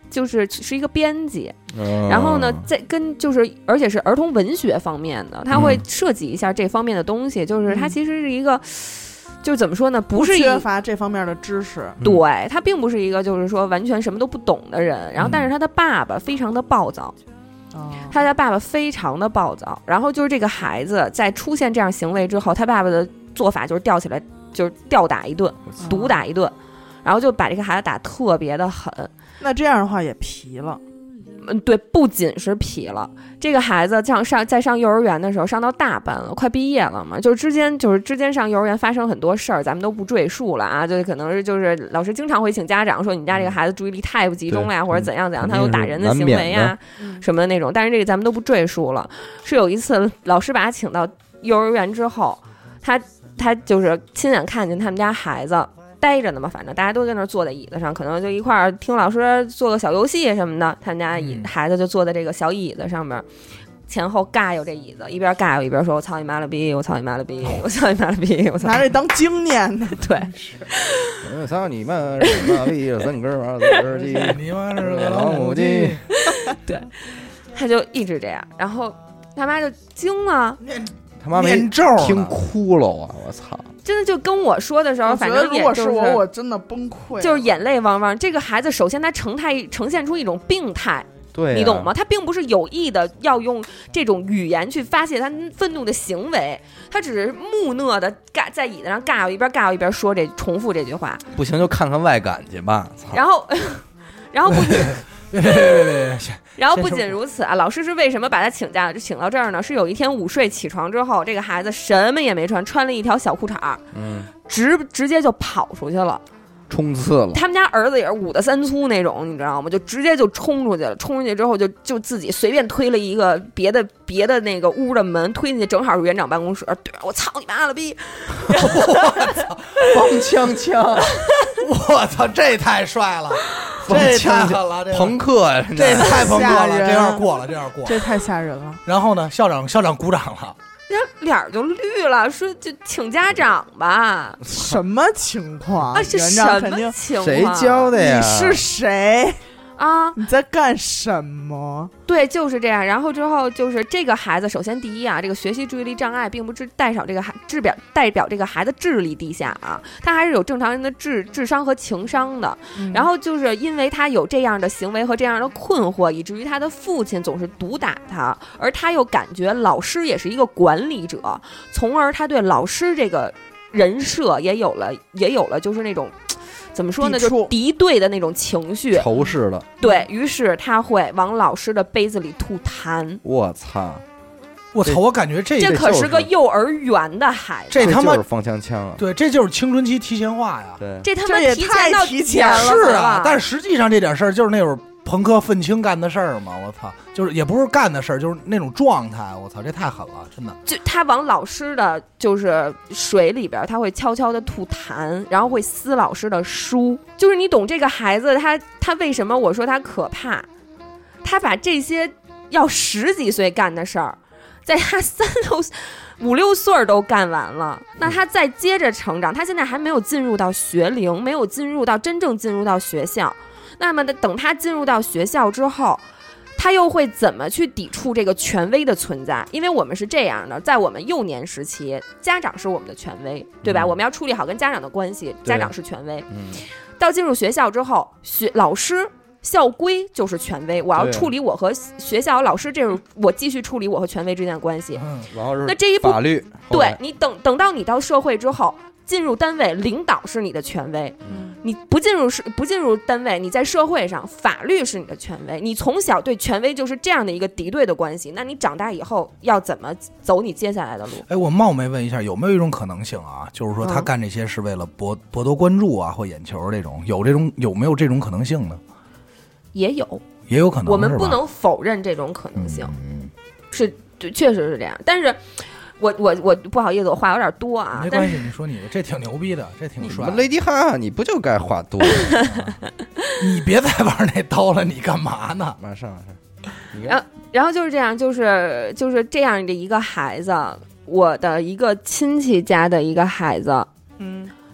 是一个编辑，然后呢，在跟而且是儿童文学方面的，他会涉及一下这方面的东西，就是他其实是一个。就是怎么说呢？不是缺乏这方面的知识， 对，他并不是一个就是说完全什么都不懂的人。然后，但是他的爸爸非常的暴躁，他的爸爸非常的暴躁。然后就是这个孩子在出现这样行为之后，他爸爸的做法就是吊起来，就是吊打一顿，毒打一顿，然后就把这个孩子打特别的狠。 那这样的话也皮了。 对，不仅是皮了，这个孩子在上幼儿园的时候，上到大班了，快毕业了嘛，之间上幼儿园发生很多事儿，咱们都不赘述了啊，可能是老师经常会请家长说你家这个孩子注意力太不集中了呀，或者怎样怎样，他有打人的行为呀什么的那种，但是这个咱们都不赘述了。是有一次老师把他请到幼儿园之后，他就是亲眼看见他们家孩子待着呢嘛，反正大家都在那儿坐在椅子上，可能就一块儿听老师做个小游戏什么的。他们家孩子就坐在这个小椅子上面，前后尬悠这椅子，一边尬悠一边说：“我操你妈了逼！我操你妈了逼！我操你妈了逼！我操！” 拿这当经念的， 对。 我操你妈了逼！三根儿子鸡， 你妈是个老母鸡。 对，他就一直这样，然后他妈就惊了。 他妈没听哭了啊！我操！ 真的就跟我说的时候，反正如果是我真的崩溃， 就是眼泪汪汪。这个孩子首先他呈现出一种病态， 对， 你懂吗？他并不是有意的要用这种语言去发泄他愤怒的行为，他只是木讷的在椅子上尬一边说重复这句话。 不行就看看外感去吧。 然后不仅。 别然后不仅如此啊，老师是为什么把他请到这儿呢？是有一天午睡起床之后，这个孩子什么也没穿，穿了一条小裤衩，直接就跑出去了， 冲刺了。 他们家儿子也是5的3粗那种，你知道吗？就直接就冲出去了，冲出去之后就自己随便推了一个别的那个屋的门，推进去正好是园长办公室。对，我操你妈了逼！ 我操，帮枪！ 我操，这太帅了！这太狠了， 朋克呀！ 这太朋克了，这样过了， 这太吓人了。 然后呢，校长鼓掌了， 脸就绿了，说就请家长吧。 什么情况啊？是什么情况？ 谁教的呀？ 你是谁啊？ 你在干什么？ 对，就是这样。然后之后就是这个孩子，首先第一啊，这个学习注意力障碍并不代表这个孩子智力低下啊，他还是有正常人的智商和情商的。然后就是因为他有这样的行为和这样的困惑，以至于他的父亲总是毒打他，而他又感觉老师也是一个管理者，从而他对老师这个人设也有了就是那种。怎么说呢？就敌对的那种情绪， 仇视了。 对，于是他会往老师的杯子里吐痰。 我操！ 我感觉这可是个幼儿园的孩子， 这他妈就是放枪啊！ 对，这就是青春期提前化呀！ 对， 这他妈也太提前了， 是啊！但是实际上这点事儿就是那会儿朋克愤青干的事儿嘛！我操，就是也不是干的事儿，就是那种状态。我操，这太狠了，真的。 就他往老师的就是水里边，他会悄悄的吐痰，然后会撕老师的书。就是你懂这个孩子，他为什么我说他可怕？他把这些要10几岁干的事儿，在他5、6岁都干完了，那他再接着成长，他现在还没有进入到学龄，没有真正进入到学校。那么等他进入到学校之后，他又会怎么去抵触这个权威的存在？因为我们是这样的，在我们幼年时期，家长是我们的权威，对吧？我们要处理好跟家长的关系，家长是权威。到进入学校之后，老师校规就是权威，我要处理我和学校老师，这种我继续处理我和权威之间的关系。 然后是那这一步法律， 对你等到你到社会之后，进入单位，领导是你的权威。你不进入单位，你在社会上法律是你的权威。你从小对权威就是这样的一个敌对的关系，那你长大以后要怎么走你接下来的路？ 哎，我冒昧问一下，有没有一种可能性啊？就是说他干这些是为了博得关注啊，或眼球这种，有没有这种可能性呢？ 也有可能， 我们不能否认这种可能性，是确实是这样，但是。我不好意思，我话有点多啊。 没关系，你说你的，这挺牛逼的，这挺帅。 雷迪哈，你不就该话多？ 你别再玩那刀了，你干嘛呢？ 马上。 然后就是这样，就是这样的一个孩子，我的一个亲戚家的一个孩子，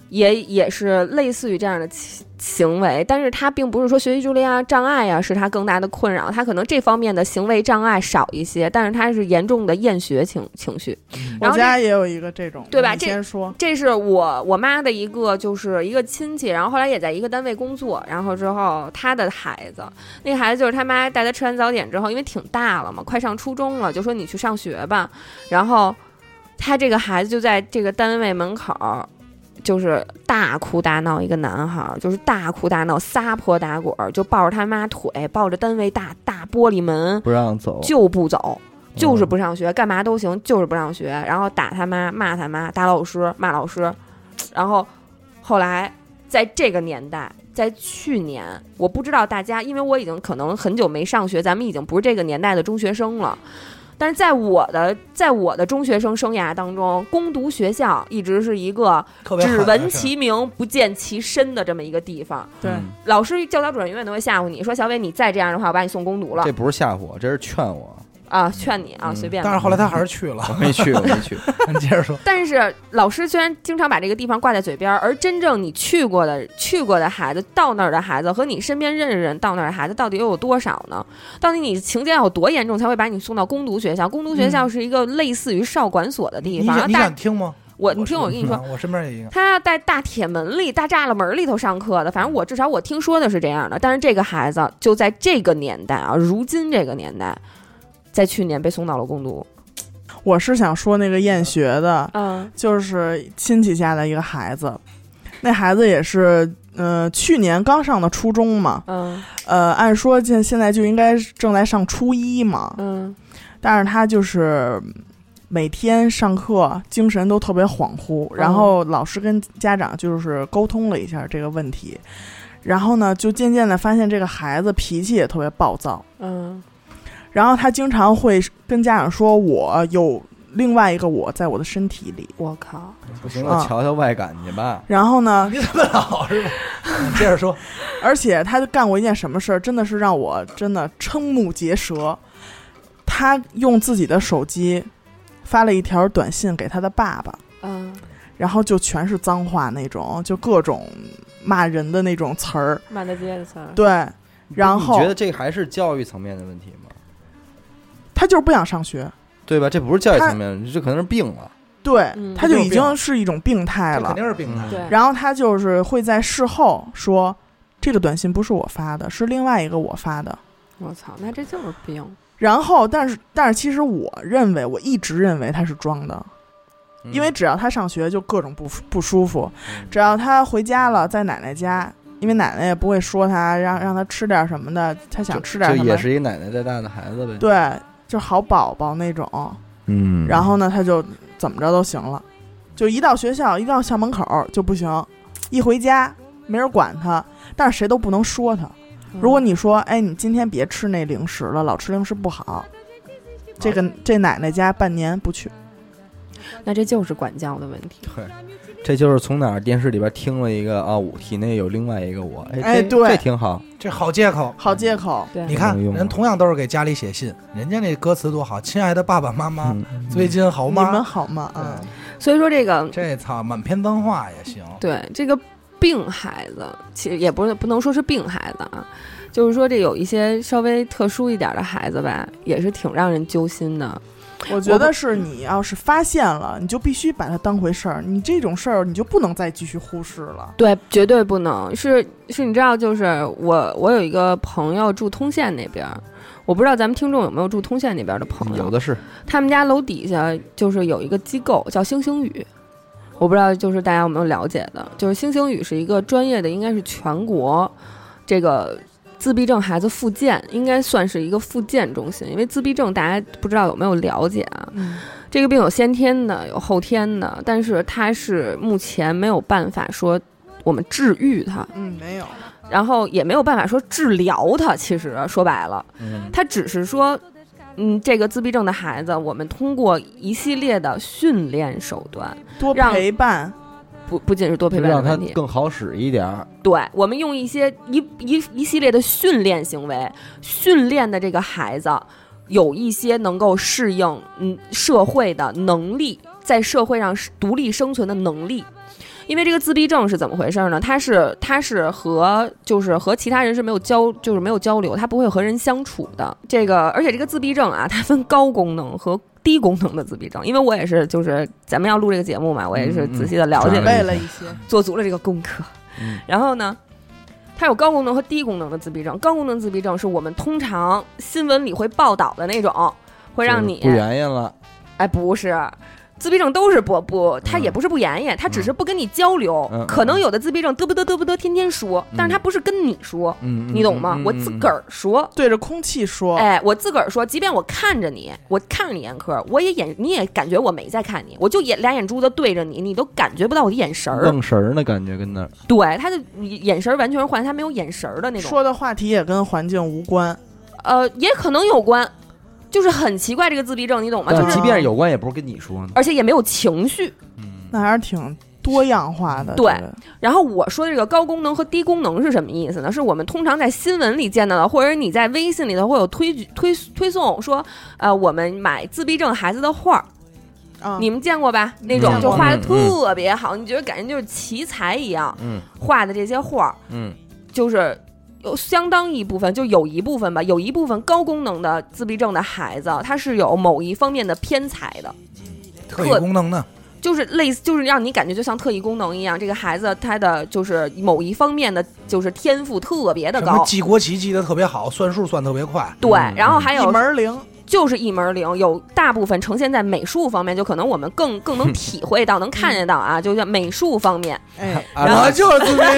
也是类似于这样的行为，但是他并不是说学习障碍啊是他更大的困扰，他可能这方面的行为障碍少一些，但是他是严重的厌学情绪。 我家也有一个这种， 对吧？ 先说， 这是我妈的一个就是一个亲戚，然后后来也在一个单位工作，然后之后他的孩子，那孩子就是他妈带他吃完早点之后，因为挺大了嘛，快上初中了，就说你去上学吧，然后他这个孩子就在这个单位门口。就是大哭大闹，一个男孩就是大哭大闹，撒泼打滚，就抱着他妈腿，抱着单位大玻璃门不让走， 就不走，就是不上学，干嘛都行，就是不上学，然后打他妈，骂他妈，打老师，骂老师，然后后来在这个年代，在去年，我不知道大家，因为我已经可能很久没上学，咱们已经不是这个年代的中学生了。但是在我的中学生生涯当中，攻读学校一直是一个只闻其名不见其身的这么一个地方。 对， 老师教导主任永远都会吓唬你说：“小伟，你再这样的话，我把你送攻读了。” 这不是吓唬我，这是劝我啊，劝你啊，随便。 但是后来他还是去了， 我没去。 你接着说。 但是老师虽然经常把这个地方挂在嘴边，而真正你去过的孩子，到那儿的孩子和你身边认识人到那儿的孩子，到底又有多少呢？到底你情节有多严重才会把你送到攻读学校？攻读学校是一个类似于少管所的地方。 你想听吗？ 你听我跟你说， 我身边也一个， 他要在大铁门里、大栅栏门里头上课的。反正至少我听说的是这样的。但是这个孩子就在这个年代啊，如今这个年代。在去年被送到了攻读。 我是想说那个厌学的，就是亲戚家的一个孩子，那孩子也是去年刚上的初中嘛，按说现在就应该正在上初一嘛，但是他就是每天上课精神都特别恍惚，然后老师跟家长就是沟通了一下这个问题，然后呢就渐渐的发现这个孩子脾气也特别暴躁，然后他经常会跟家长说：“我有另外一个我在我的身体里。” 我靠， 不行，我瞧瞧外感去吧。 然后呢？ 你怎么老是吧？你接着说。 而且他干过一件什么事儿，真的是让我真的瞠目结舌。他用自己的手机发了一条短信给他的爸爸，然后就全是脏话那种，就各种骂人的那种词儿， 骂大街的词儿。 对。然后你觉得这还是教育层面的问题吗？ 他就是不想上学， 对吧？这不是教育层面，这可能是病了。 对，他就已经是一种病态了， 肯定是病态。 然后他就是会在事后说，这个短信不是我发的，是另外一个我发的。 我操，那这就是病。 然后，但是其实我一直认为他是装的，因为只要他上学就各种不舒服，只要他回家了，在奶奶家。因为奶奶也不会说他，让他吃点什么的，他想吃点什么， 就也是一个奶奶带大的孩子呗。 对，就好宝宝那种。然后呢，他就怎么着都行了，就一到学校，一到校门口就不行，一回家没人管他，但是谁都不能说他。如果你说，哎，你今天别吃那零食了，老吃零食不好，这奶奶家半年不去。 那这就是管教的问题。 对。这就是从哪儿电视里边听了一个啊，我体内有另外一个我，对，这挺好， 这好借口， 好借口。 对， 你看人同样都是给家里写信，人家那歌词多好，亲爱的爸爸妈妈，最近好吗？ 你们好吗？ 所以说这操满篇脏话也行。 对，这个病孩子其实也不能说是病孩子啊，就是说这有一些稍微特殊一点的孩子吧，也是挺让人揪心的。 我觉得是你要是发现了，你就必须把它当回事儿，你这种事儿你就不能再继续忽视了。 对，绝对不能。是你知道，就是我有一个朋友住通县那边，我不知道咱们听众有没有住通县那边的朋友。 有的是。他们家楼底下就是有一个机构叫星星语，我不知道就是大家有没有了解的，就是星星语是一个专业的，应该是全国这个。自闭症孩子复健应该算是一个复健中心，因为自闭症大家不知道有没有了解啊？这个病有先天的，有后天的，但是它是目前没有办法说我们治愈它， 没有， 然后也没有办法说治疗它。其实说白了，它只是说，这个自闭症的孩子，我们通过一系列的训练手段， 多陪伴。 不仅是多陪伴的问题， 让它更好使一点。 对，我们用一些一系列的训练行为，训练的这个孩子有一些能够适应社会的能力，在社会上独立生存的能力。 因为这个自闭症是怎么回事呢？他是和其他人是没有交流，他不会和人相处的。而且这个自闭症啊，它分高功能和低功能的自闭症。因为我也是，就是咱们要录这个节目嘛，我也是仔细的了解了一些， 做足了这个功课。然后呢，它有高功能和低功能的自闭症。高功能自闭症是我们通常新闻里会报道的那种，会让你不原因了。 哎，不是。自闭症都是他也不是不言语，他只是不跟你交流。可能有的自闭症嘚不嘚天天说，但是他不是跟你说，你懂吗？我自个儿说， 对着空气说。 哎，我自个儿说，即便我看着你，眼科，你也感觉我没在看你，我就俩眼珠子对着你，你都感觉不到我的眼神儿， 愣神儿的感觉跟那儿。 对，他的眼神完全是换，他没有眼神的那种。 说的话题也跟环境无关， 也可能有关。就是很奇怪，这个自闭症你懂吗？就是即便是有关，也不是跟你说呢， 而且也没有情绪， 那还是挺多样化的。 对，然后我说的这个高功能和低功能是什么意思呢？是我们通常在新闻里见到的，或者你在微信里头会有推送说，我们买自闭症孩子的画。你们见过吧？那种就画的特别好，你觉得感觉就是奇才一样，画的这些画，就是有相当一部分，就有一部分吧，有一部分高功能的自闭症的孩子，他是有某一方面的偏才的， 特异功能呢， 就是类似，就是让你感觉就像特异功能一样，这个孩子他的就是某一方面的就是天赋特别的高， 什么记国旗记得特别好，算数算特别快， 对，然后还有一门灵。 就是一门灵，有大部分呈现在美术方面，就可能我们更能体会到，能看见到啊，就像美术方面。 哎， 然后就是自闭症，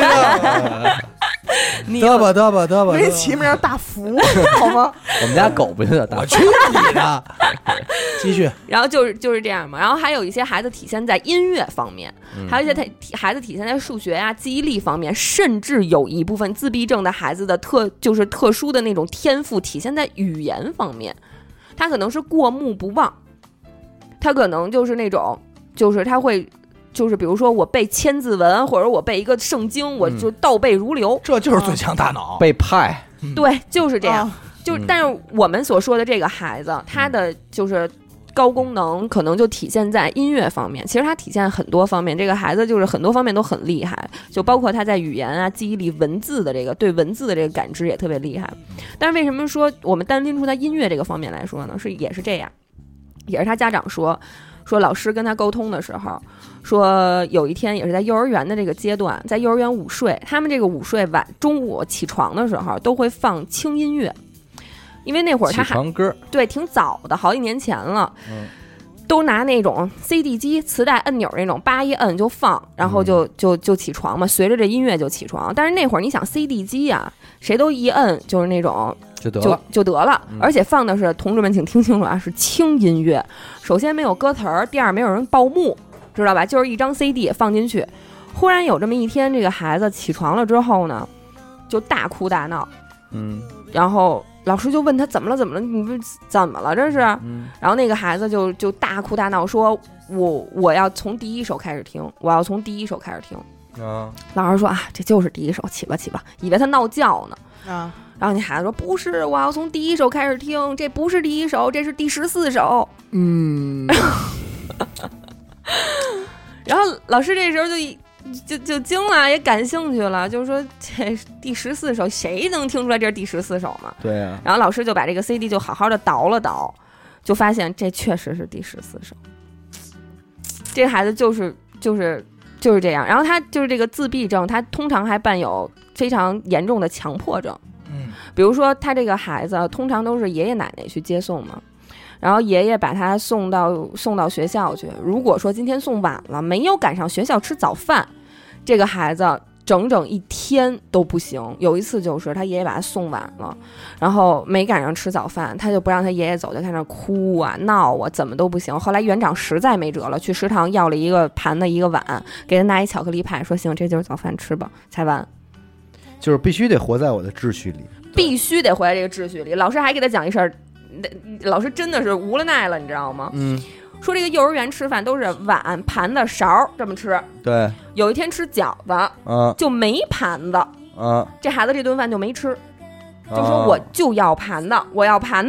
得吧， 没起名大福好吗？ 我们家狗不就叫大福？ 我去你的！继续。 然后就是这样嘛。然后还有一些孩子体现在音乐方面，还有一些孩子体现在数学啊、记忆力方面，甚至有一部分自闭症的孩子的就是特殊的那种天赋体现在语言方面。他可能是过目不忘，他可能就是那种，就是他会，就是比如说我背千字文，或者我背一个圣经，我就倒背如流， 这就是最强大脑， 背派， 对，就是这样。但是我们所说的这个孩子，他的就是高功能，可能就体现在音乐方面。其实他体现很多方面，这个孩子就是很多方面都很厉害，就包括他在语言啊、记忆力、文字的对文字的这个感知也特别厉害。但是为什么说我们单拎出他音乐这个方面来说呢？也是这样，也是他家长说老师跟他沟通的时候，说有一天也是在幼儿园的这个阶段，在幼儿园午睡，他们这个午睡中午起床的时候都会放轻音乐。因为那会儿他还对挺早的，好几年前了，都拿那种 CD 机磁带按钮那种，叭一摁就放，然后就起床嘛，随着这音乐就起床。但是那会儿你想 CD 机啊，谁都一摁就是那种就得了，而且放的是同志们请听清楚啊，是轻音乐。首先没有歌词儿，第二没有人报幕，知道吧？就是一张 CD 放进去。忽然有这么一天，这个孩子起床了之后呢，就大哭大闹，然后老师就问他怎么了，你不怎么了这是？然后那个孩子就大哭大闹，说我要从第一首开始听，老师说啊，这就是第一首，起吧，以为他闹觉呢啊。然后那孩子说不是，我要从第一首开始听，这不是第一首，这是第14首。然后老师这时候就惊了，也感兴趣了，就是说这第14首谁能听出来这是第14首嘛？ 对啊。 然后老师就把这个 CD 就好好的倒了倒，就发现这确实是第14首。这个孩子就是这样。然后他就是这个自闭症，他通常还伴有非常严重的强迫症。比如说他这个孩子通常都是爷爷奶奶去接送嘛。然后爷爷把他送到学校去。如果说今天送晚了，没有赶上学校吃早饭，这个孩子整整一天都不行。有一次就是他爷爷把他送晚了，然后没赶上吃早饭，他就不让他爷爷走，就在那哭啊闹啊，怎么都不行。后来园长实在没辙了，去食堂要了一个盘子一个碗，给他拿一巧克力派，说行，这就是早饭吃吧，才完。 就是必须得活在我的秩序里， 必须得活在这个秩序里。老师还给他讲一事儿。老师真的是无了奈了，你知道吗？说这个幼儿园吃饭都是碗、盘子、勺这么吃。对，有一天吃饺子，就没盘子，这孩子这顿饭就没吃，就说我就要盘子，我要盘子。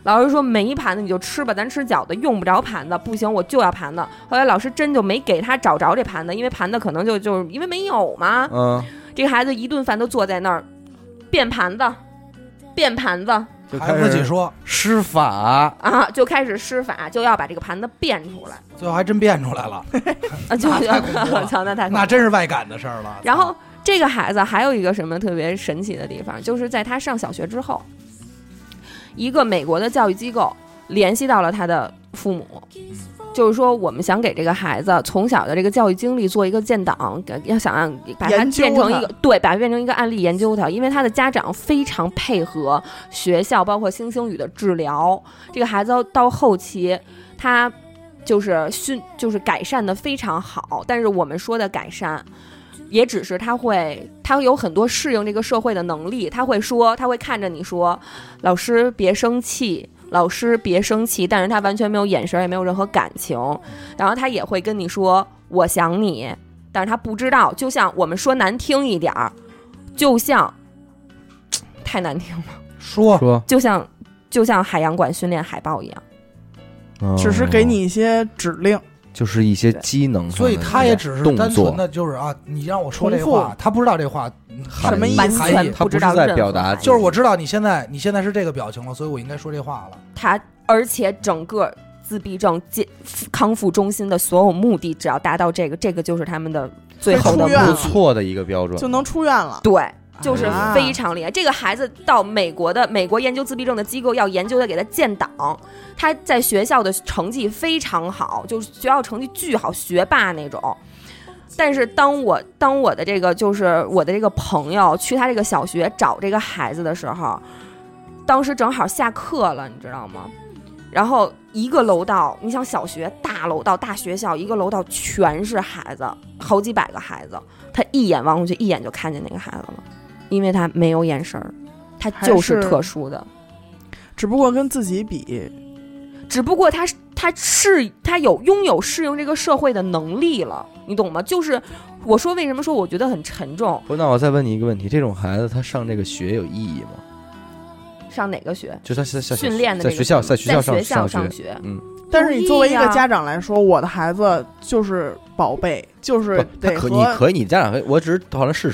老师说没盘子你就吃吧，咱吃饺子用不着盘子，不行我就要盘子。后来老师真就没给他找着这盘子，因为盘子可能就是因为没有嘛。这个孩子一顿饭都坐在那儿变盘子， 就开始自己说施法啊，就开始施法，就要把这个盘子变出来， 最后还真变出来了， 就太恐怖了，那真是外感的事儿了。 然后这个孩子还有一个什么特别神奇的地方，就是在他上小学之后，一个美国的教育机构联系到了他的父母，就是说我们想给这个孩子从小的这个教育经历做一个建档，要想让把它变成一个对，把它变成一个案例研究它，因为他的家长非常配合学校包括星星语的治疗，这个孩子到后期他就是改善的非常好，但是我们说的改善也只是他有很多适应这个社会的能力，他会看着你说老师别生气，老师别生气，但是他完全没有眼神也没有任何感情，然后他也会跟你说我想你，但是他不知道，就像我们说难听一点儿，就像太难听了， 说就像海洋馆训练海豹一样， 只是给你一些指令， 就是一些机能， 所以他也只是单纯的就是啊，你让我说这话，他不知道这话什么意思， 完全不知道在表达， 就是我知道你现在是这个表情了，所以我应该说这话了。 而且整个自闭症康复中心的所有目的，只要达到这个就是他们的最后的目的， 不错的一个标准， 就能出院了。 对。就是非常厉害，这个孩子到美国研究自闭症的机构要研究的，给他建档。他在学校的成绩非常好，就是学校成绩巨好，学霸那种。但是当我的这个就是我的这个朋友去他这个小学找这个孩子的时候，当时正好下课了，你知道吗？然后一个楼道，你想小学大楼道大学校，一个楼道全是孩子，好几百个孩子，他一眼望过去，一眼就看见那个孩子了。因为他没有眼神，他就是特殊的， 只不过跟自己比， 只不过他拥有适应这个社会的能力了，你懂吗？就是我说为什么说我觉得很沉重。 那我再问你一个问题，这种孩子他上这个学有意义吗？ 上哪个学？ 就他训练的在学校上学。 但是你作为一个家长来说，我的孩子就是宝贝，就是得和你家长我只是讨论事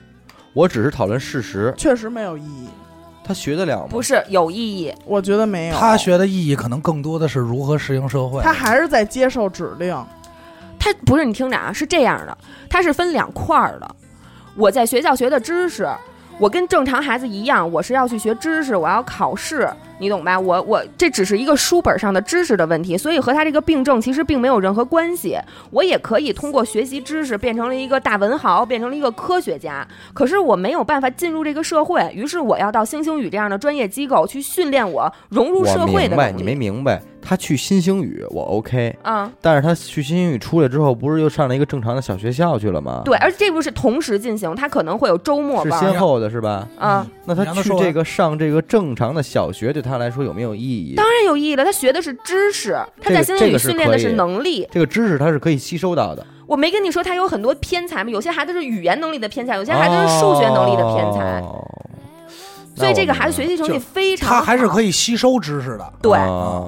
实， 确实没有意义。 他学得了吗？ 不是有意义， 我觉得没有。 他学的意义可能更多的是如何适应社会。 他还是在接受指令。 他不是，你听着啊，是这样的，他是分两块的。我在学校学的知识，我跟正常孩子一样，我是要去学知识，我要考试，你懂吧？我这只是一个书本上的知识的问题，所以和他这个病症其实并没有任何关系。我也可以通过学习知识变成了一个大文豪，变成了一个科学家，可是我没有办法进入这个社会，于是我要到星星语这样的专业机构去训练我融入社会的能力。 我明白，你没明白。他去新星语我 OK 啊， 但是他去新星语出来之后，不是又上了一个正常的小学校去了吗？ 对，而且这不是同时进行，他可能会有周末班， 是先后的是吧？ 啊， 那他去上这个正常的小学，对他来说有没有意义？ 当然有意义了，他学的是知识，他在新星语训练的是能力， 这个知识他是可以吸收到的。 我没跟你说他有很多偏才吗？有些孩子是语言能力的偏才，有些孩子是数学能力的偏才。所以这个孩子学习成绩非常好， 他还是可以吸收知识的。 对。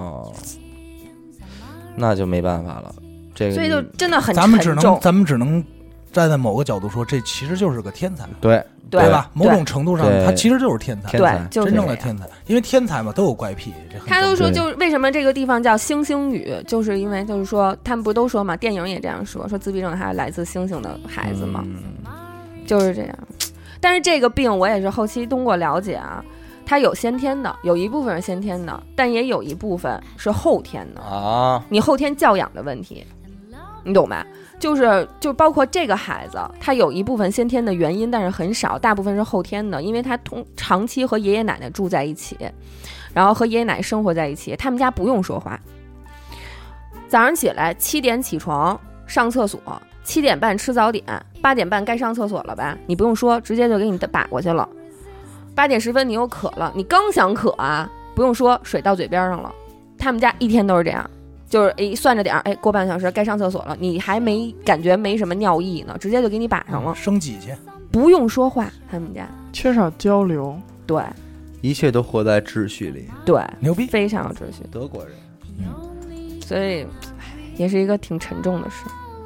那就没办法了，这个所以就真的很沉重。咱们只能站在某个角度说，这其实就是个天才， 对吧？某种程度上，他其实就是天才， 对， 真正的天才。因为天才嘛，都有怪癖。 他都说，就是为什么这个地方叫星星语，就是因为就是说，他们不都说嘛，电影也这样说自闭症还是来自星星的孩子嘛，就是这样。但是这个病我也是后期通过了解啊。它有先天的，有一部分是先天的，但也有一部分是后天的啊。 你后天教养的问题，你懂吧？就包括这个孩子，他有一部分先天的原因，但是很少，大部分是后天的，因为他长期和爷爷奶奶住在一起，然后和爷爷奶奶生活在一起，他们家不用说话。早上起来7点起床上厕所，7点半吃早点，8点半该上厕所了吧？你不用说，直接就给你把过去了。8点10分你又渴了，你刚想渴啊，不用说，水到嘴边上了。他们家一天都是这样，就是算着点，过半小时该上厕所了，你还没感觉没什么尿意呢，直接就给你把上了， 升几去， 不用说话。他们家缺少交流， 对， 一切都活在秩序里。 对， 牛逼， 非常有秩序。 德国人， 所以也是一个挺沉重的事。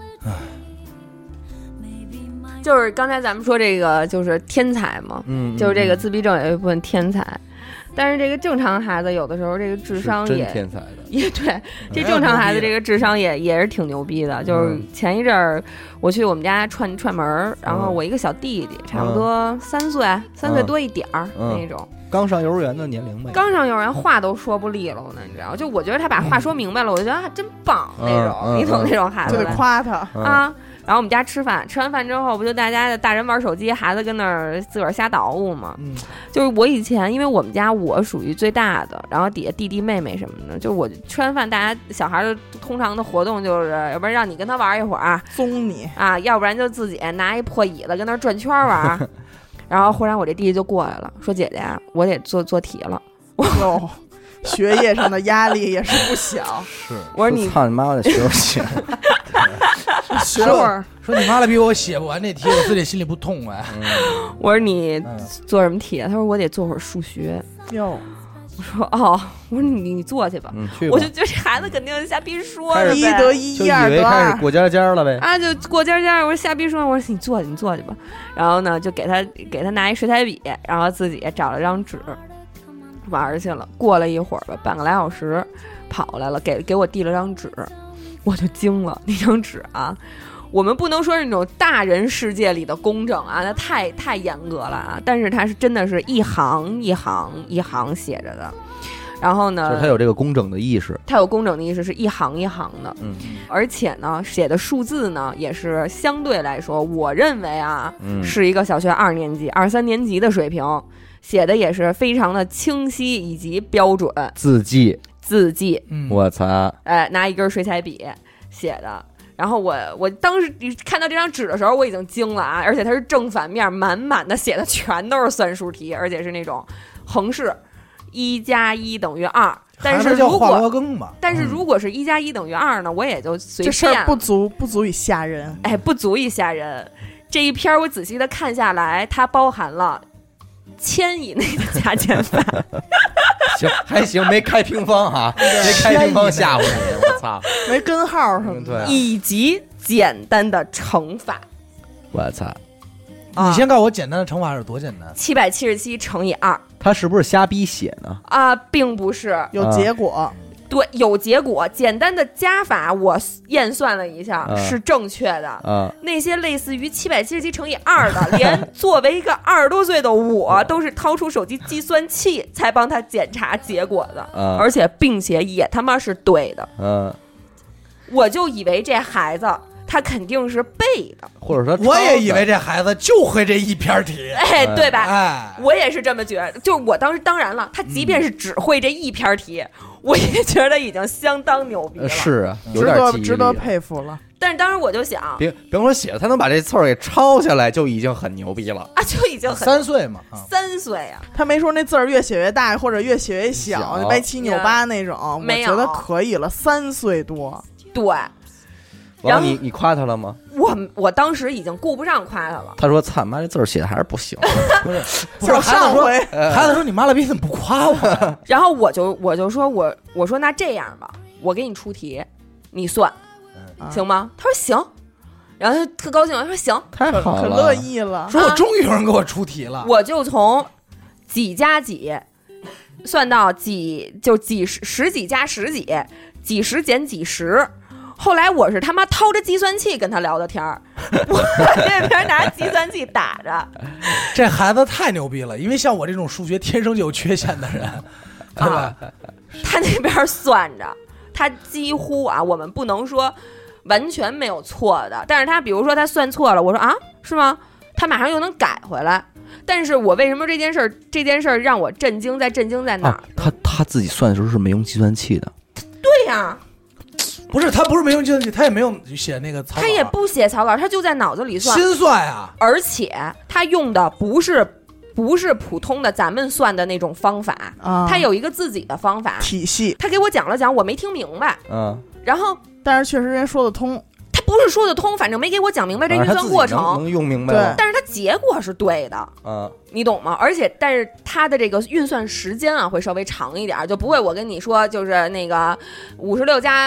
就是刚才咱们说这个就是天才嘛，就是这个自闭症有一部分天才，但是这个正常孩子有的时候这个智商也天才的， 也对，这正常孩子这个智商也是挺牛逼的。就是前一阵儿我去我们家串门，然后我一个小弟弟，差不多3岁多一点儿那种。 刚上幼儿园的年龄呗， 刚上幼儿园话都说不利落呢，你知道？就我觉得他把话说明白了，我就觉得真棒那种，你懂那种孩子就得夸他啊。然后我们家吃完饭之后，不就大家大人玩手机，孩子跟那儿自个儿瞎捣鼓嘛。就是我以前，因为我们家我属于最大的，然后底下弟弟妹妹什么的，就是我吃完饭，大家小孩的通常的活动就是，要不然让你跟他玩一会儿， 松你啊，要不然就自己拿一破椅子跟那儿转圈玩。然后忽然我这弟弟就过来了，说姐姐，我得做题了。 哟，学业上的压力也是不小。 是， 我说你操你妈，我得学写。 学会儿， 说你妈了逼我写不完这题，我自己心里不痛快。 我说你做什么题啊？他说我得做会儿数学。 哟， 我说哦，我说你做去吧。我就觉得这孩子肯定瞎逼说了呗， 一得一， 就以为开始过家家了呗。 啊，就过家家。我说瞎逼说，我说你做去吧。然后呢，就给他拿一水彩笔，然后自己找了张纸玩去了。过了一会儿吧，半个来小时，跑来了，给我递了张纸。我就惊了，那张纸啊，我们不能说是那种大人世界里的工整啊，那太严格了啊。但是它是真的是一行一行写着的，然后呢， 就是它有这个工整的意识， 它有工整的意识，是一行一行的，而且呢，写的数字呢也是相对来说，我认为啊，是一个小学2年级、2、3年级的水平，写的也是非常的清晰以及标准，字迹。 我操！ 哎，拿一根水彩笔写的。然后我当时看到这张纸的时候，我已经惊了啊！而且它是正反面满满的写的全都是算术题，而且是那种横式，1+1等于2。但是如果但是如果是1+1等于2呢，我也就随便。 这事儿不足以吓人， 哎，不足以吓人。这一篇我仔细的看下来，它包含了1000以内的加减法。 行，还行，没开平方啊，没开平方吓唬你，我操， 没根号什么的， 以及简单的乘法。 我操！ 你先告诉我简单的乘法是多简单 ？777乘以2。 他是不是瞎逼写呢？ 啊，并不是， 有结果。 对，有结果。简单的加法我验算了一下，是正确的。那些类似于777乘以2的，连作为一个20多岁的我，都是掏出手机计算器才帮他检查结果的，而且并且也他妈是对的。我就以为这孩子他肯定是背的， 或者说我也以为这孩子就会这一篇题， 哎，对吧？ 哎， 我也是这么觉得。就是我当然了，他即便是只会这一篇题，我也觉得已经相当牛逼了。 是啊，有点值得佩服了。 但是当时我就想， 别说写了，他能把这词儿给抄下来，就已经很牛逼了啊！就已经很 3岁嘛 ，3岁啊！ 他没说那字儿越写越大，或者越写越小，歪七扭八那种。 没有， 我觉得可以了，3岁多。 对。 然后你夸他了吗？ 我当时已经顾不上夸他了。 他说：“操妈，这字儿写的还是不行。” 不是孩子说你妈了逼怎么不夸我？ 然后我就说我说那这样吧，我给你出题，你算，行吗？他说行。然后他特高兴，他说行， 太好了， 可乐意了。 说我终于有人给我出题了。 我就从几加几算到几，就十几加十几，几十减几十。后来我是他妈掏着计算器跟他聊的天儿，我这边拿计算器打着。 这孩子太牛逼了，因为像我这种数学天生就有缺陷的人，对吧？ 他那边算着，他几乎啊，我们不能说完全没有错的，但是他比如说他算错了，我说啊，是吗？他马上又能改回来。但是我为什么这件事儿让我震惊在哪儿？ 他自己算的时候是没用计算器的。 对呀。 不是他不是没用计算器，他也没有写那个草稿， 他也不写草稿，他就在脑子里算， 心算啊。 而且他用的不是普通的咱们算的那种方法，他有一个自己的方法体系。 他给我讲了讲，我没听明白，然后但是确实人说得通。 他不是说得通，反正没给我讲明白这运算过程， 能用明白了。 但是他结果是对的， 你懂吗？而且，但是它的这个运算时间啊，会稍微长一点，就不会我跟你说，就是那个56加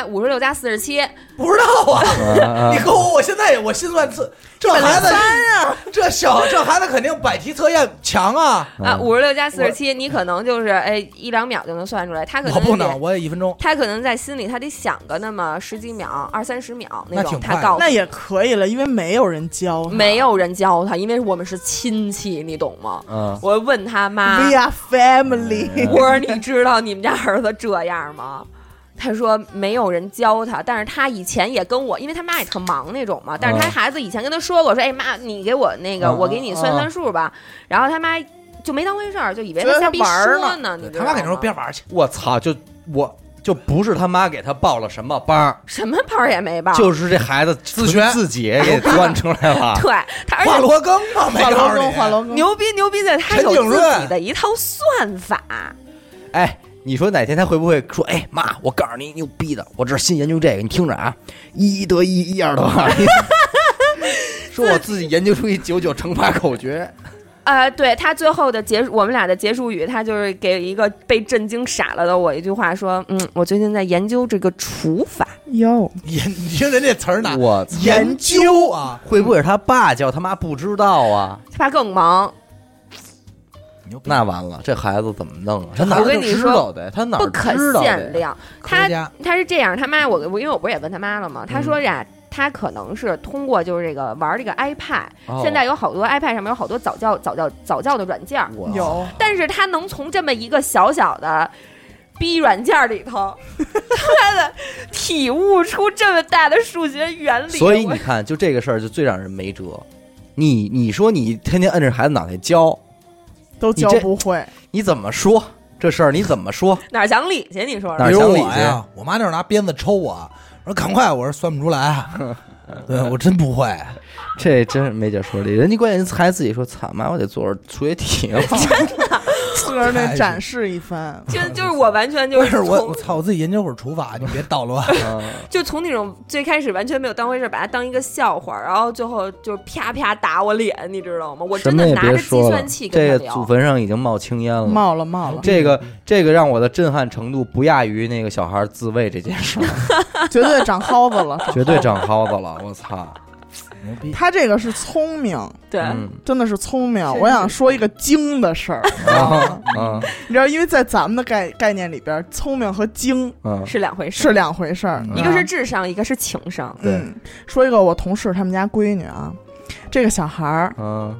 47， 不知道啊。你跟我现在我心算次，这孩子啊，这孩子肯定百题测验强啊 ！56加47，你可能就是1-2秒就能算出来，他可能我不能，我也1分钟。 他可能在心里他得想个那么10几秒、20-30秒那种，他告诉那也可以了，因为没有人教他，因为我们是亲戚，你懂吗？我问他妈 ，We are family。 我说你知道你们家儿子这样吗？他说没有人教他，但是他以前也跟我，因为他妈也特忙那种嘛，但是他孩子以前跟他说过，说妈，你给我那个，我给你算数吧。然后他妈就没当回事儿，就以为他瞎逼说呢。 他妈给他说别玩去。 我操！就不是他妈给他报了什么班， 什么班也没报， 就是这孩子自学自己给钻出来了。 对，他华罗庚嘛， 华罗庚牛逼在他有自己的一套算法。 哎，你说哪天他会不会说，妈，我告诉你牛逼的，我这新研究这个，你听着啊，1得1，1得2。说我自己研究出一99乘法口诀。 对，他最后的我们俩的结束语，他就是给一个被震惊傻了的我一句话说，我最近在研究这个除法。 哟， 你听人这词儿呢？ 我研究啊， 会不会是他爸教他妈不知道啊？ 他爸更忙。 那完了，这孩子怎么弄啊？他哪知道的？他哪不可限量？他是这样，他妈因为我不是也问他妈了吗？他说呀。他可能是通过就是这个玩这个 iPad，现在有好多 iPad 上面有好多早教的软件有， 但是他能从这么一个小小的逼软件里头，他的体悟出这么大的数学原理。 所以你看，就这个事儿就最让人没辙。你说你天天摁着孩子脑袋教， 都教不会， 你怎么说这事儿？你怎么说？ 哪讲理去？你说哪讲理去？ 我妈那会儿拿鞭子抽我。我说赶快，我说算不出来，对我真不会， 这真没解说理。人家关键还自己说，操妈，我得做数学题， 真的， 自个儿得展示一番。 就是我完全就是我操，我自己研究会儿除法，你别捣乱。 就从那种最开始完全没有当回事，把它当一个笑话，然后最后就是啪啪打我脸，你知道吗？我真的拿着计算器跟他聊。 这个祖坟上已经冒青烟了， 冒了。 这个让我的震撼程度不亚于那个小孩自慰这件事， 绝对长蒿子了， 绝对长蒿子了，我操！ 他这个是聪明， 对， 真的是聪明。我想说一个精的事儿，你知道，因为在咱们的概念里边，聪明和精是两回事， 是两回事儿。 一个是智商，一个是情商。 说一个我同事他们家闺女啊，这个小孩儿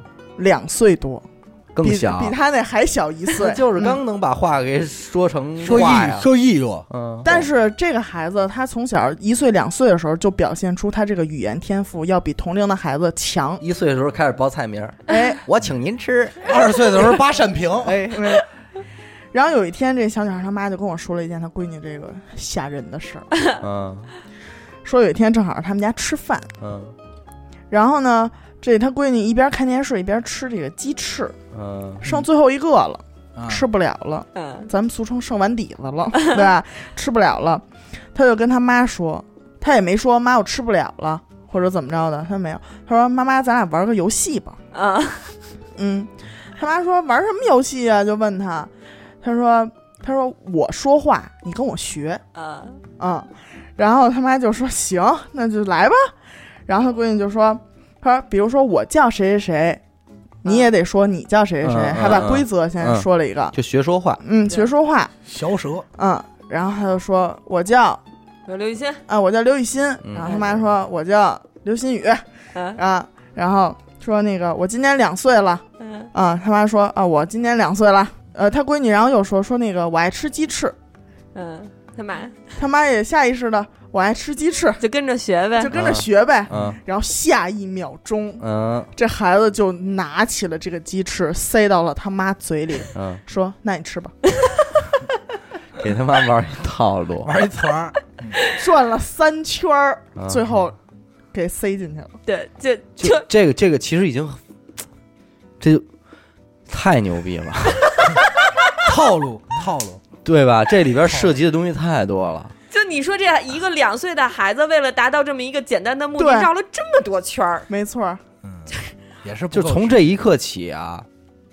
2岁多。 更小， 比他那还小1岁， 就是刚能把话给说成说艺术。 但是这个孩子他从小1岁2岁的时候就表现出他这个语言天赋要比同龄的孩子强。 1岁的时候开始报菜名，我请您吃。 2岁的时候扒扇屏， 然后有一天，这小女孩他妈就跟我说了一件她闺女这个吓人的事儿。说有一天正好他们家吃饭，然后呢，这他闺女一边看电视一边吃这个鸡翅，剩最后一个了，吃不了了，咱们俗称剩完底子了，对吧？吃不了了，他就跟他妈说，他也没说妈我吃不了了或者怎么着的，他没有，他说妈妈咱俩玩个游戏吧。他妈说玩什么游戏啊？就问他，他说我说话你跟我学。然后他妈就说行，那就来吧。然后他闺女就说，他说比如说我叫谁谁谁，你也得说你叫谁谁谁，还把规则先说了一个， 就学说话， 学说话， 小舌， 然后他就说我叫刘雨欣我叫刘雨欣，然后他妈说我叫刘新宇，然后说那个我今年2岁了，他妈说我今年2岁了，他闺女然后又说那个我爱吃鸡翅，他妈也下意识的我爱吃鸡翅， 就跟着学呗， 然后下1秒钟，这孩子就拿起了这个鸡翅塞到了他妈嘴里，说那你吃吧。 给他妈玩一套路， 玩一团， 转了3圈，最后给塞进去了。 对， 就这个其实已经，这就太牛逼了， 套路， 对吧？这里边涉及的东西太多了。 就你说这一个2岁的孩子，为了达到这么一个简单的目的，绕了这么多圈儿， 没错， 也是就从这一刻起啊，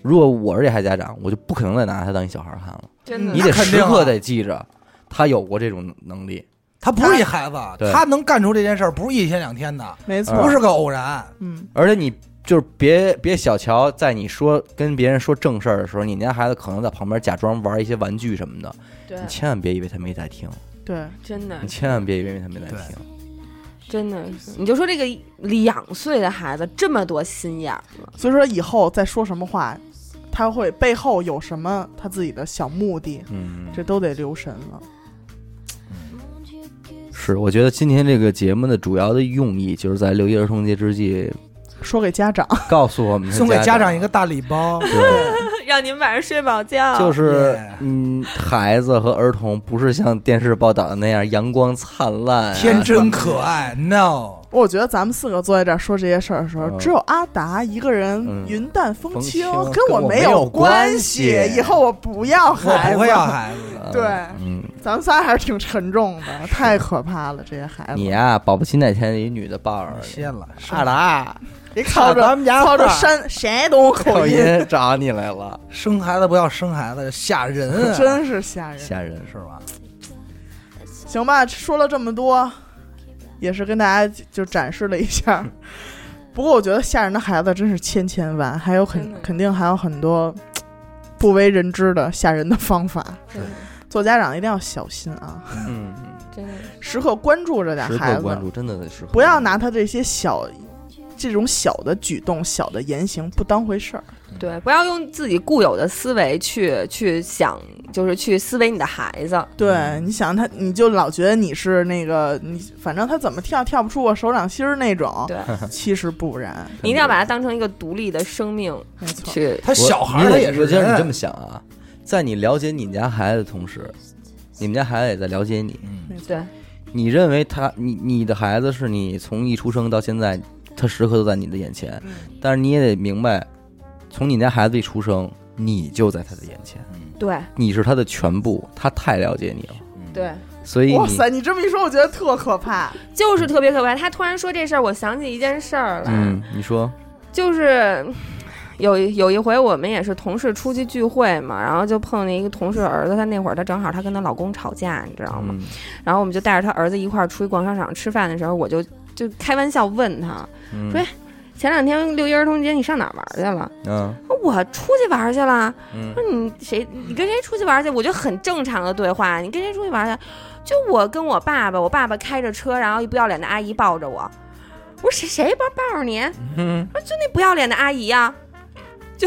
如果我是这孩子家长，我就不可能再拿他当一小孩看了。 真的， 你得时刻得记着，他有过这种能力。 他不是一孩子，他能干出这件事儿不是一天两天的， 没错， 不是个偶然。 而且你就是别小瞧，在你跟别人说正事儿的时候，你家孩子可能在旁边假装玩一些玩具什么的， 对， 你千万别以为他没在听。 对， 真的， 你千万别以为他没在听。 真的是，你就说这个2岁的孩子这么多心眼子， 所以说以后再说什么话，他会背后有什么他自己的小目的，这都得留神了。 是，我觉得今天这个节目的主要的用意，就是在6·1儿童节之际， 说给家长， 告诉我们送给家长一个大礼包， 对， 让你们晚上睡饱觉。 就是孩子和儿童不是像电视报道的那样阳光灿烂、 天真可爱。No， 我觉得咱们4个坐在这儿说这些事儿的时候，只有阿达一个人云淡风轻，跟我没有关系。以后我不要孩子， 我不要孩子。 对，咱们仨还是挺沉重的，太可怕了，这些孩子。 你呀，保不齐哪天一女的抱着歇了， 阿达。 别靠着山口音找你来了。 生孩子不要生孩子，吓人啊！ 真是吓人是吧？ 行吧，说了这么多，也是跟大家就展示了一下。不过我觉得吓人的孩子真是千万，还有肯定还有很多不为人知的吓人的方法。做家长一定要小心啊！ 真的， 时刻关注着点孩子， 时刻关注，真的得时刻不要拿他这些这种小的举动、小的言行不当回事儿。 对，不要用自己固有的思维去想，就是去思维你的孩子。 对，你想他，你就老觉得你是那个你，反正他怎么跳不出我手掌心儿那种。 对， 其实不然， 你一定要把他当成一个独立的生命。 没错， 他小孩他也是。 我觉得你这么想啊，在你了解你们家孩子的同时，你们家孩子也在了解你。 对， 你认为你的孩子是你从一出生到现在。他时刻都在你的眼前，但是你也得明白，从你家孩子一出生，你就在他的眼前， 对， 你是他的全部，他太了解你了， 对， 所以哇塞，你这么一说，我觉得特可怕， 就是特别可怕。他突然说这事儿，我想起一件事儿来， 你说， 就是有一回我们也是同事出去聚会嘛，然后就碰见一个同事的儿子，他那会儿他正好他跟她老公吵架，你知道吗？然后我们就带着他儿子一块儿出去逛商场吃饭的时候，我就开玩笑问他，说前2天6·1儿童节你上哪儿玩去了？我出去玩去了。说你跟谁出去玩去？我觉得很正常的对话，你跟谁出去玩去？就我跟我爸爸，我爸爸开着车，然后一不要脸的阿姨抱着我。我说谁抱着你？说就那不要脸的阿姨呀，就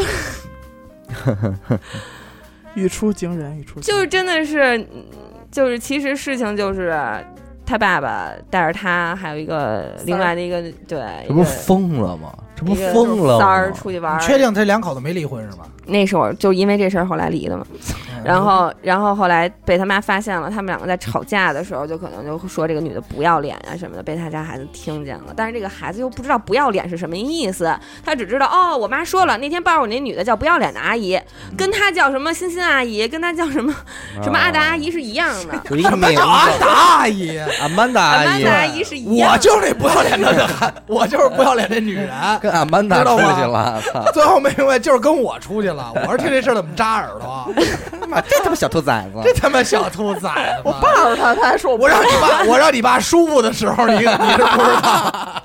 语出惊人， 就是真的是，就是其实事情就是他爸爸带着他，还有另外的一个，对， 这不是疯了吗？这不疯了吗？ 三儿出去玩， 你确定这2口子没离婚是吧？ 那时候就因为这事儿后来离的嘛。然后后来被他妈发现了，他们2个在吵架的时候，就可能就说这个女的不要脸啊什么的，被他家孩子听见了。但是这个孩子又不知道不要脸是什么意思，他只知道我妈说了，那天抱着我那女的叫不要脸的阿姨，跟她叫什么欣欣阿姨，跟她叫什么阿达阿姨是一样的。 就一个名字， 阿达阿姨， 阿曼达阿姨是一样的。 我就是那不要脸的我就是不要脸的女人， 跟阿曼达出去了。 最后没明白，就是跟我出去了。我说听这事儿怎么扎耳朵？ 这他妈小兔崽子！ 这他妈小兔崽子！ 我抱着他还说我让你爸舒服的时候，你是不知道。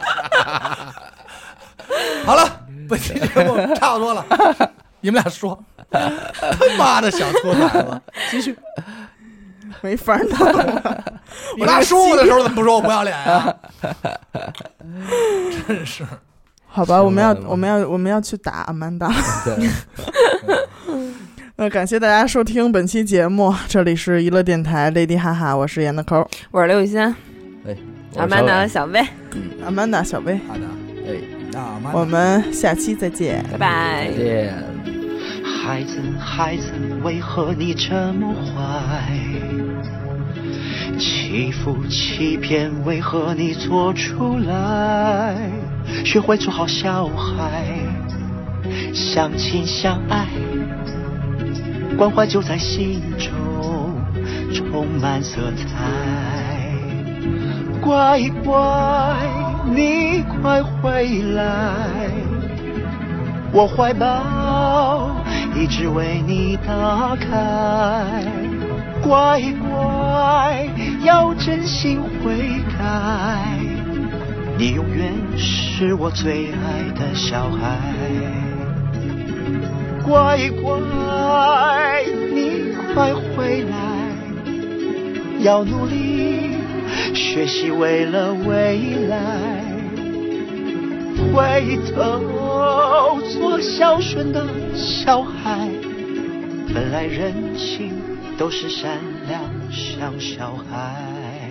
好了，本期节目差不多了，你们俩说，他妈的小兔崽子，继续， 没法弄。 你爸舒服的时候怎么不说我不要脸啊？真是。 好吧，我们要去打阿曼达。感谢大家收听本期节目，这里是娱乐电台 Lady 哈哈，我是严的抠， 我是刘雨欣，阿曼达小薇， 阿曼达小薇， 好的， 我们下期再见， 拜拜， 再见。 孩子，孩子，为何你这么坏？欺负欺骗，为何你做出来？学会做好小孩，相亲相爱，关怀就在心中充满色彩。乖乖，你快回来，我怀抱一直为你打开。乖乖，要真心悔改，你永远是我最爱的小孩。乖乖，你快回来，要努力学习，为了未来。回头做孝顺的小孩，本来人性都是善良像小孩。